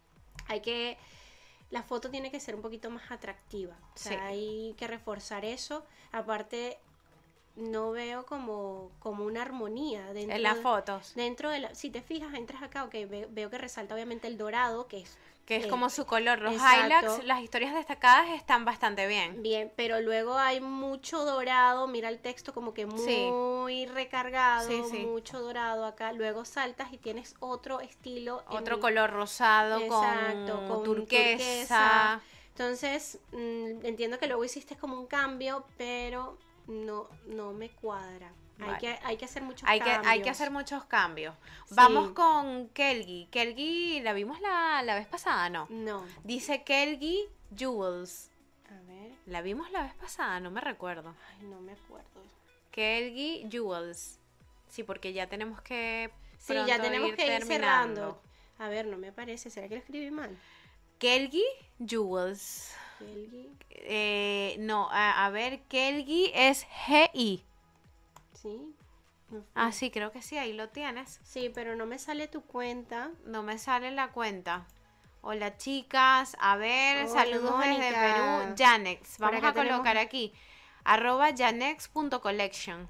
La foto tiene que ser un poquito más atractiva, o sea, sí. Hay que reforzar eso. Aparte, no veo como una armonía dentro en las fotos. Si te fijas, entras acá, ok, veo que resalta obviamente el dorado, que es como su color. Los exacto. highlights, las historias destacadas están bastante bien. Bien, pero luego hay mucho dorado, mira el texto como que muy recargado, mucho dorado acá. Luego saltas y tienes otro estilo. Otro color rosado, con turquesa. Entonces, entiendo que luego hiciste como un cambio, pero no me cuadra. Vale. Hay que hacer muchos cambios. Hay que hacer muchos cambios. Sí. Vamos con Kelgi. Kelgi, ¿la vimos la vez pasada? No. Dice Kelgi Jewels. A ver. ¿La vimos la vez pasada? No me recuerdo. Ay, no me acuerdo. Kelgi Jewels. Sí, porque ya tenemos que Sí, ya pronto tenemos que ir terminando. cerrando. A ver, no me parece. ¿Será que lo escribí mal? Kelgi Jewels. Kelgi. No, a ver, Kelgi es G-I. Sí. No, Ah, sí, creo que sí, ahí lo tienes. sí, pero no me sale tu cuenta. No me sale la cuenta. Hola chicas, a ver, Hola, saludos desde Mónica. Perú. Janex, Por vamos acá a colocar tenemos- aquí. @janex.collection.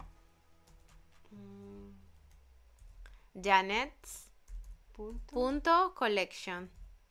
Punto. Janex.collection.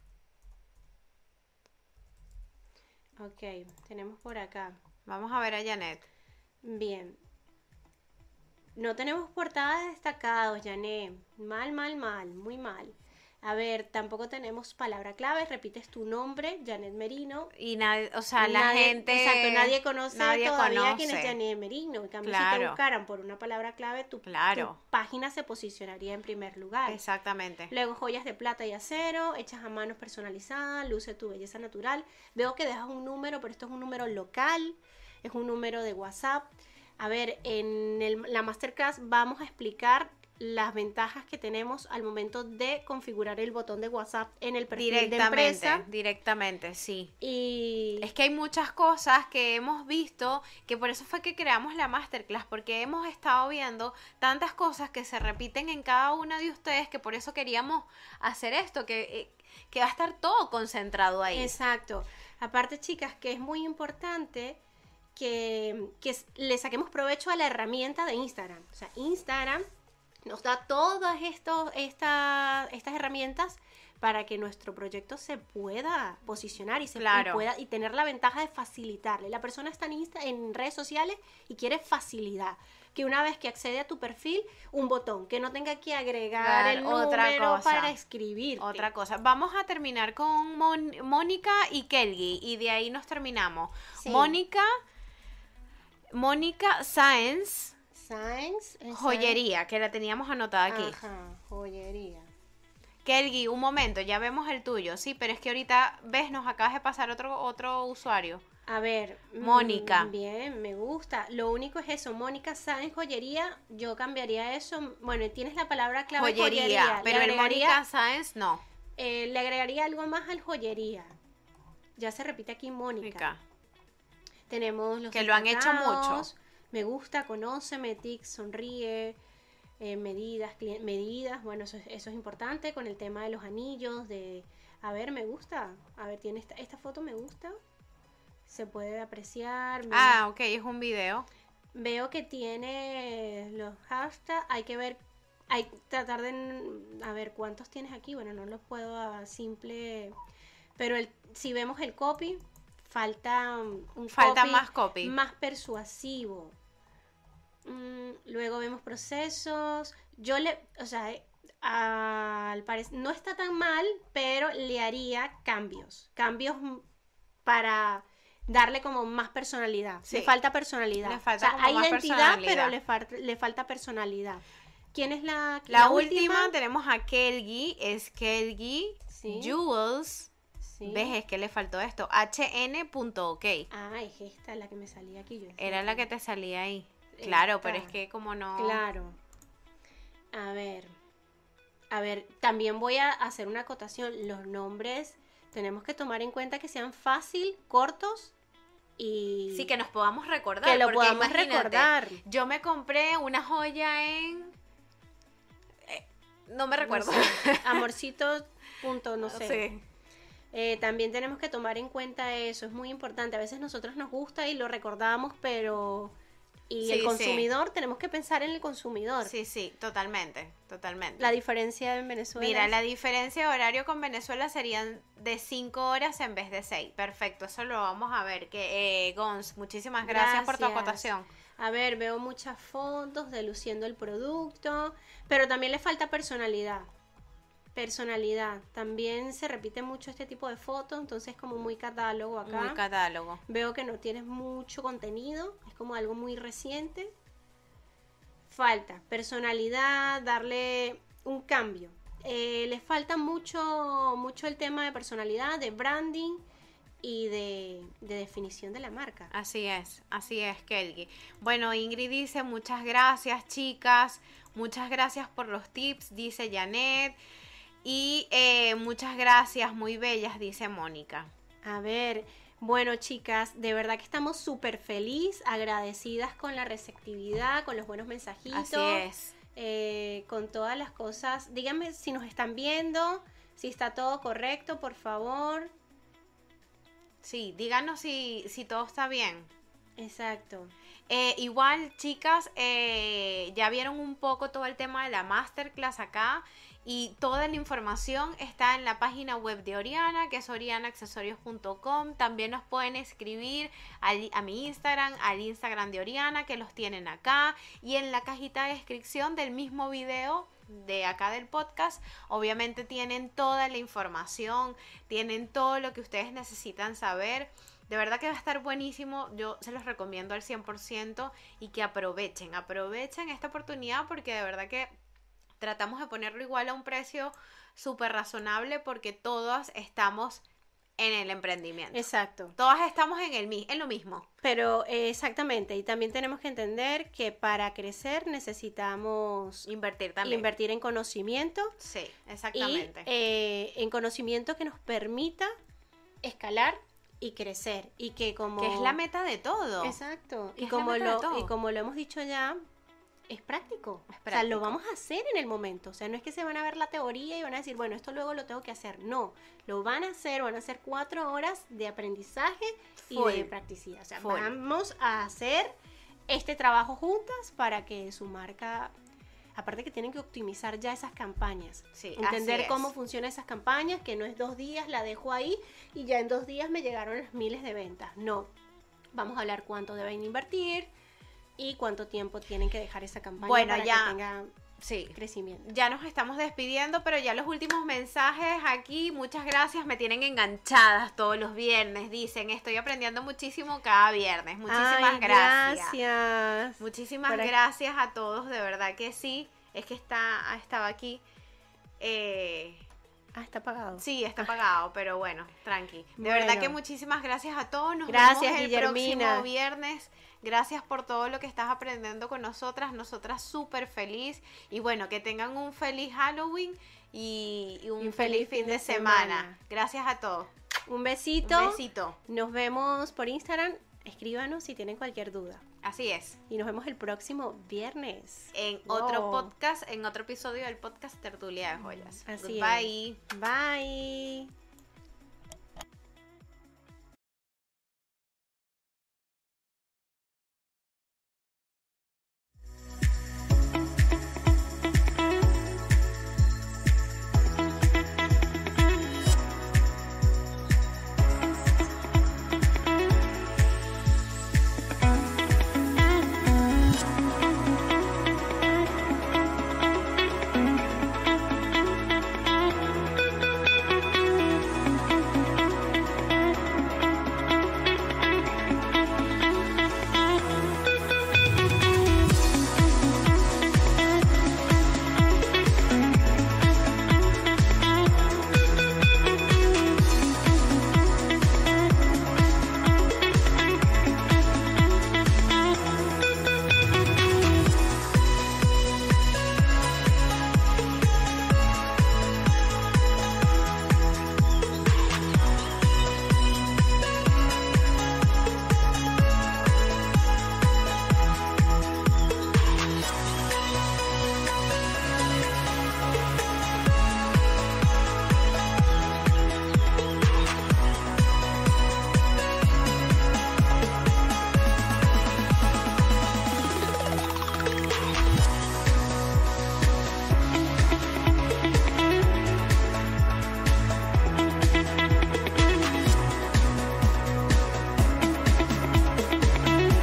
Ok, tenemos por acá. Vamos a ver a Janet. Bien. No tenemos portadas destacados, Jané. Mal, muy mal. A ver, tampoco tenemos palabra clave. Repites tu nombre, Janet Merino. Y nadie, o sea, la gente. Exacto, nadie conoce todavía quién es conoce. Janet Merino. En cambio, si te Claro. buscaran por una palabra clave, tu página se posicionaría en primer lugar. Exactamente. Luego, joyas de plata y acero, hechas a manos personalizadas, luce tu belleza natural. Veo que dejas un número, pero esto es un número local, es un número de WhatsApp. A ver, en la masterclass vamos a explicar las ventajas que tenemos al momento de configurar el botón de WhatsApp en el perfil de empresa. Directamente, sí. Y es que hay muchas cosas que hemos visto, que por eso fue que creamos la masterclass, porque hemos estado viendo tantas cosas que se repiten en cada una de ustedes, que por eso queríamos hacer esto, que va a estar todo concentrado ahí. Exacto. Aparte, chicas, que es muy importante que le saquemos provecho a la herramienta de Instagram. O sea, Instagram nos da todas estas herramientas para que nuestro proyecto se pueda posicionar y tener la ventaja de facilitarle. La persona está en redes sociales y quiere facilidad. Que una vez que accede a tu perfil, un botón, que no tenga que agregar el número para escribir. Otra cosa. Vamos a terminar con Mónica y Kelgi, y de ahí nos terminamos. Sí. Mónica Sáenz. Sáenz. Joyería, que la teníamos anotada aquí. Ajá, joyería. Kelgi, un momento, ya vemos el tuyo, sí, pero es que ahorita, ves, nos acabas de pasar otro usuario. A ver, Mónica. Bien, me gusta. Lo único es eso, Mónica Sáenz joyería, yo cambiaría eso. Bueno, tienes la palabra clave joyería, pero el Mónica Sáenz no. Le agregaría algo más al joyería. Ya se repite aquí Mónica. Tenemos los que lo han hecho mucho. Me gusta, conóceme, tic, sonríe, medidas, bueno, eso es importante con el tema de los anillos, a ver, me gusta, a ver, tiene esta foto me gusta, se puede apreciar. Ok, es un video. Veo que tiene los hashtags, hay que ver, tratar de, a ver, ¿cuántos tienes aquí? Bueno, no los puedo a simple, pero si vemos el copy, falta más copy. Más persuasivo. Luego vemos procesos. Al parecer no está tan mal, pero le haría cambios para darle como más personalidad. Sí. Le falta personalidad. Hay identidad, pero le falta personalidad. ¿Quién es la última? Tenemos a Kelgi, es Kelgi Jewels. Sí. ¿Ves? Es que le faltó esto. hn.ok. Ah, es esta la que me salía aquí. Era la que te salía ahí. Claro, pero es que como no... Claro. A ver, también voy a hacer una acotación. Los nombres tenemos que tomar en cuenta que sean fácil, cortos y... Sí, que nos podamos recordar. Que lo podamos recordar. Yo me compré una joya en... no me recuerdo. No sé, amorcito. No sé. Sí. También tenemos que tomar en cuenta eso, es muy importante. A veces nosotros nos gusta y lo recordamos, pero... Y el consumidor, tenemos que pensar en el consumidor. Sí, totalmente. La diferencia en Venezuela. Mira, la diferencia de horario con Venezuela serían de 5 horas en vez de 6. Perfecto, eso lo vamos a ver. Gons, muchísimas gracias por tu acotación. A ver, veo muchas fotos de luciendo el producto, pero también le falta personalidad. También se repite mucho este tipo de fotos, entonces como muy catálogo acá. Muy catálogo. Veo que no tienes mucho contenido, es como algo muy reciente. Falta personalidad, darle un cambio. Les falta mucho el tema de personalidad, de branding. y de definición de la marca. Así es, Kelly. Bueno, Ingrid dice, muchas gracias, chicas, muchas gracias por los tips, dice Janet, y muchas gracias, muy bellas, dice Mónica. A ver, bueno, chicas, de verdad que estamos súper feliz, agradecidas con la receptividad, con los buenos mensajitos. Así es. Con todas las cosas. Díganme si nos están viendo, si está todo correcto, por favor. Sí, díganos si todo está bien. Exacto. Igual, chicas, ya vieron un poco todo el tema de la masterclass acá y toda la información está en la página web de Oriana, que es orianaaccesorios.com. También nos pueden escribir a mi Instagram, al Instagram de Oriana, que los tienen acá, y en la cajita de descripción del mismo video de acá del podcast, obviamente tienen toda la información, tienen todo lo que ustedes necesitan saber. De verdad que va a estar buenísimo, yo se los recomiendo al 100% y que aprovechen esta oportunidad, porque de verdad que tratamos de ponerlo igual a un precio súper razonable, porque todas estamos en el emprendimiento. Exacto. Todas estamos en lo mismo. Pero exactamente, y también tenemos que entender que para crecer necesitamos invertir también. Invertir en conocimiento. Sí, exactamente. Y en conocimiento que nos permita escalar y crecer, y que como... Que es la meta de todo. Exacto. Y como lo hemos dicho ya, es práctico. O sea, lo vamos a hacer en el momento. O sea, no es que se van a ver la teoría y van a decir, bueno, esto luego lo tengo que hacer. No, lo van a hacer 4 horas de aprendizaje y de practicidad. O sea, vamos a hacer este trabajo juntas para que su marca... Aparte que tienen que optimizar ya esas campañas. Sí, entender cómo funcionan esas campañas, que no es 2 días, la dejo ahí y ya en 2 días me llegaron las miles de ventas. No. Vamos a hablar cuánto deben invertir y cuánto tiempo tienen que dejar esa campaña para que tenga crecimiento. Ya nos estamos despidiendo, pero ya los últimos mensajes aquí, muchas gracias, me tienen enganchadas todos los viernes, dicen, estoy aprendiendo muchísimo cada viernes. Muchísimas gracias. Muchísimas gracias a todos, de verdad que sí, es que estaba aquí. Está apagado. Sí, está apagado, pero bueno, tranqui. De verdad que muchísimas gracias a todos. Nos vemos el próximo viernes. Gracias por todo lo que estás aprendiendo con nosotras súper feliz. Y bueno, que tengan un feliz Halloween y un feliz fin de semana. Gracias a todos. Un besito. Un besito. Nos vemos por Instagram. Escríbanos si tienen cualquier duda. Así es. Y nos vemos el próximo viernes. En otro podcast, en otro episodio del podcast Tertulia de Joyas. Así Bye. Bye.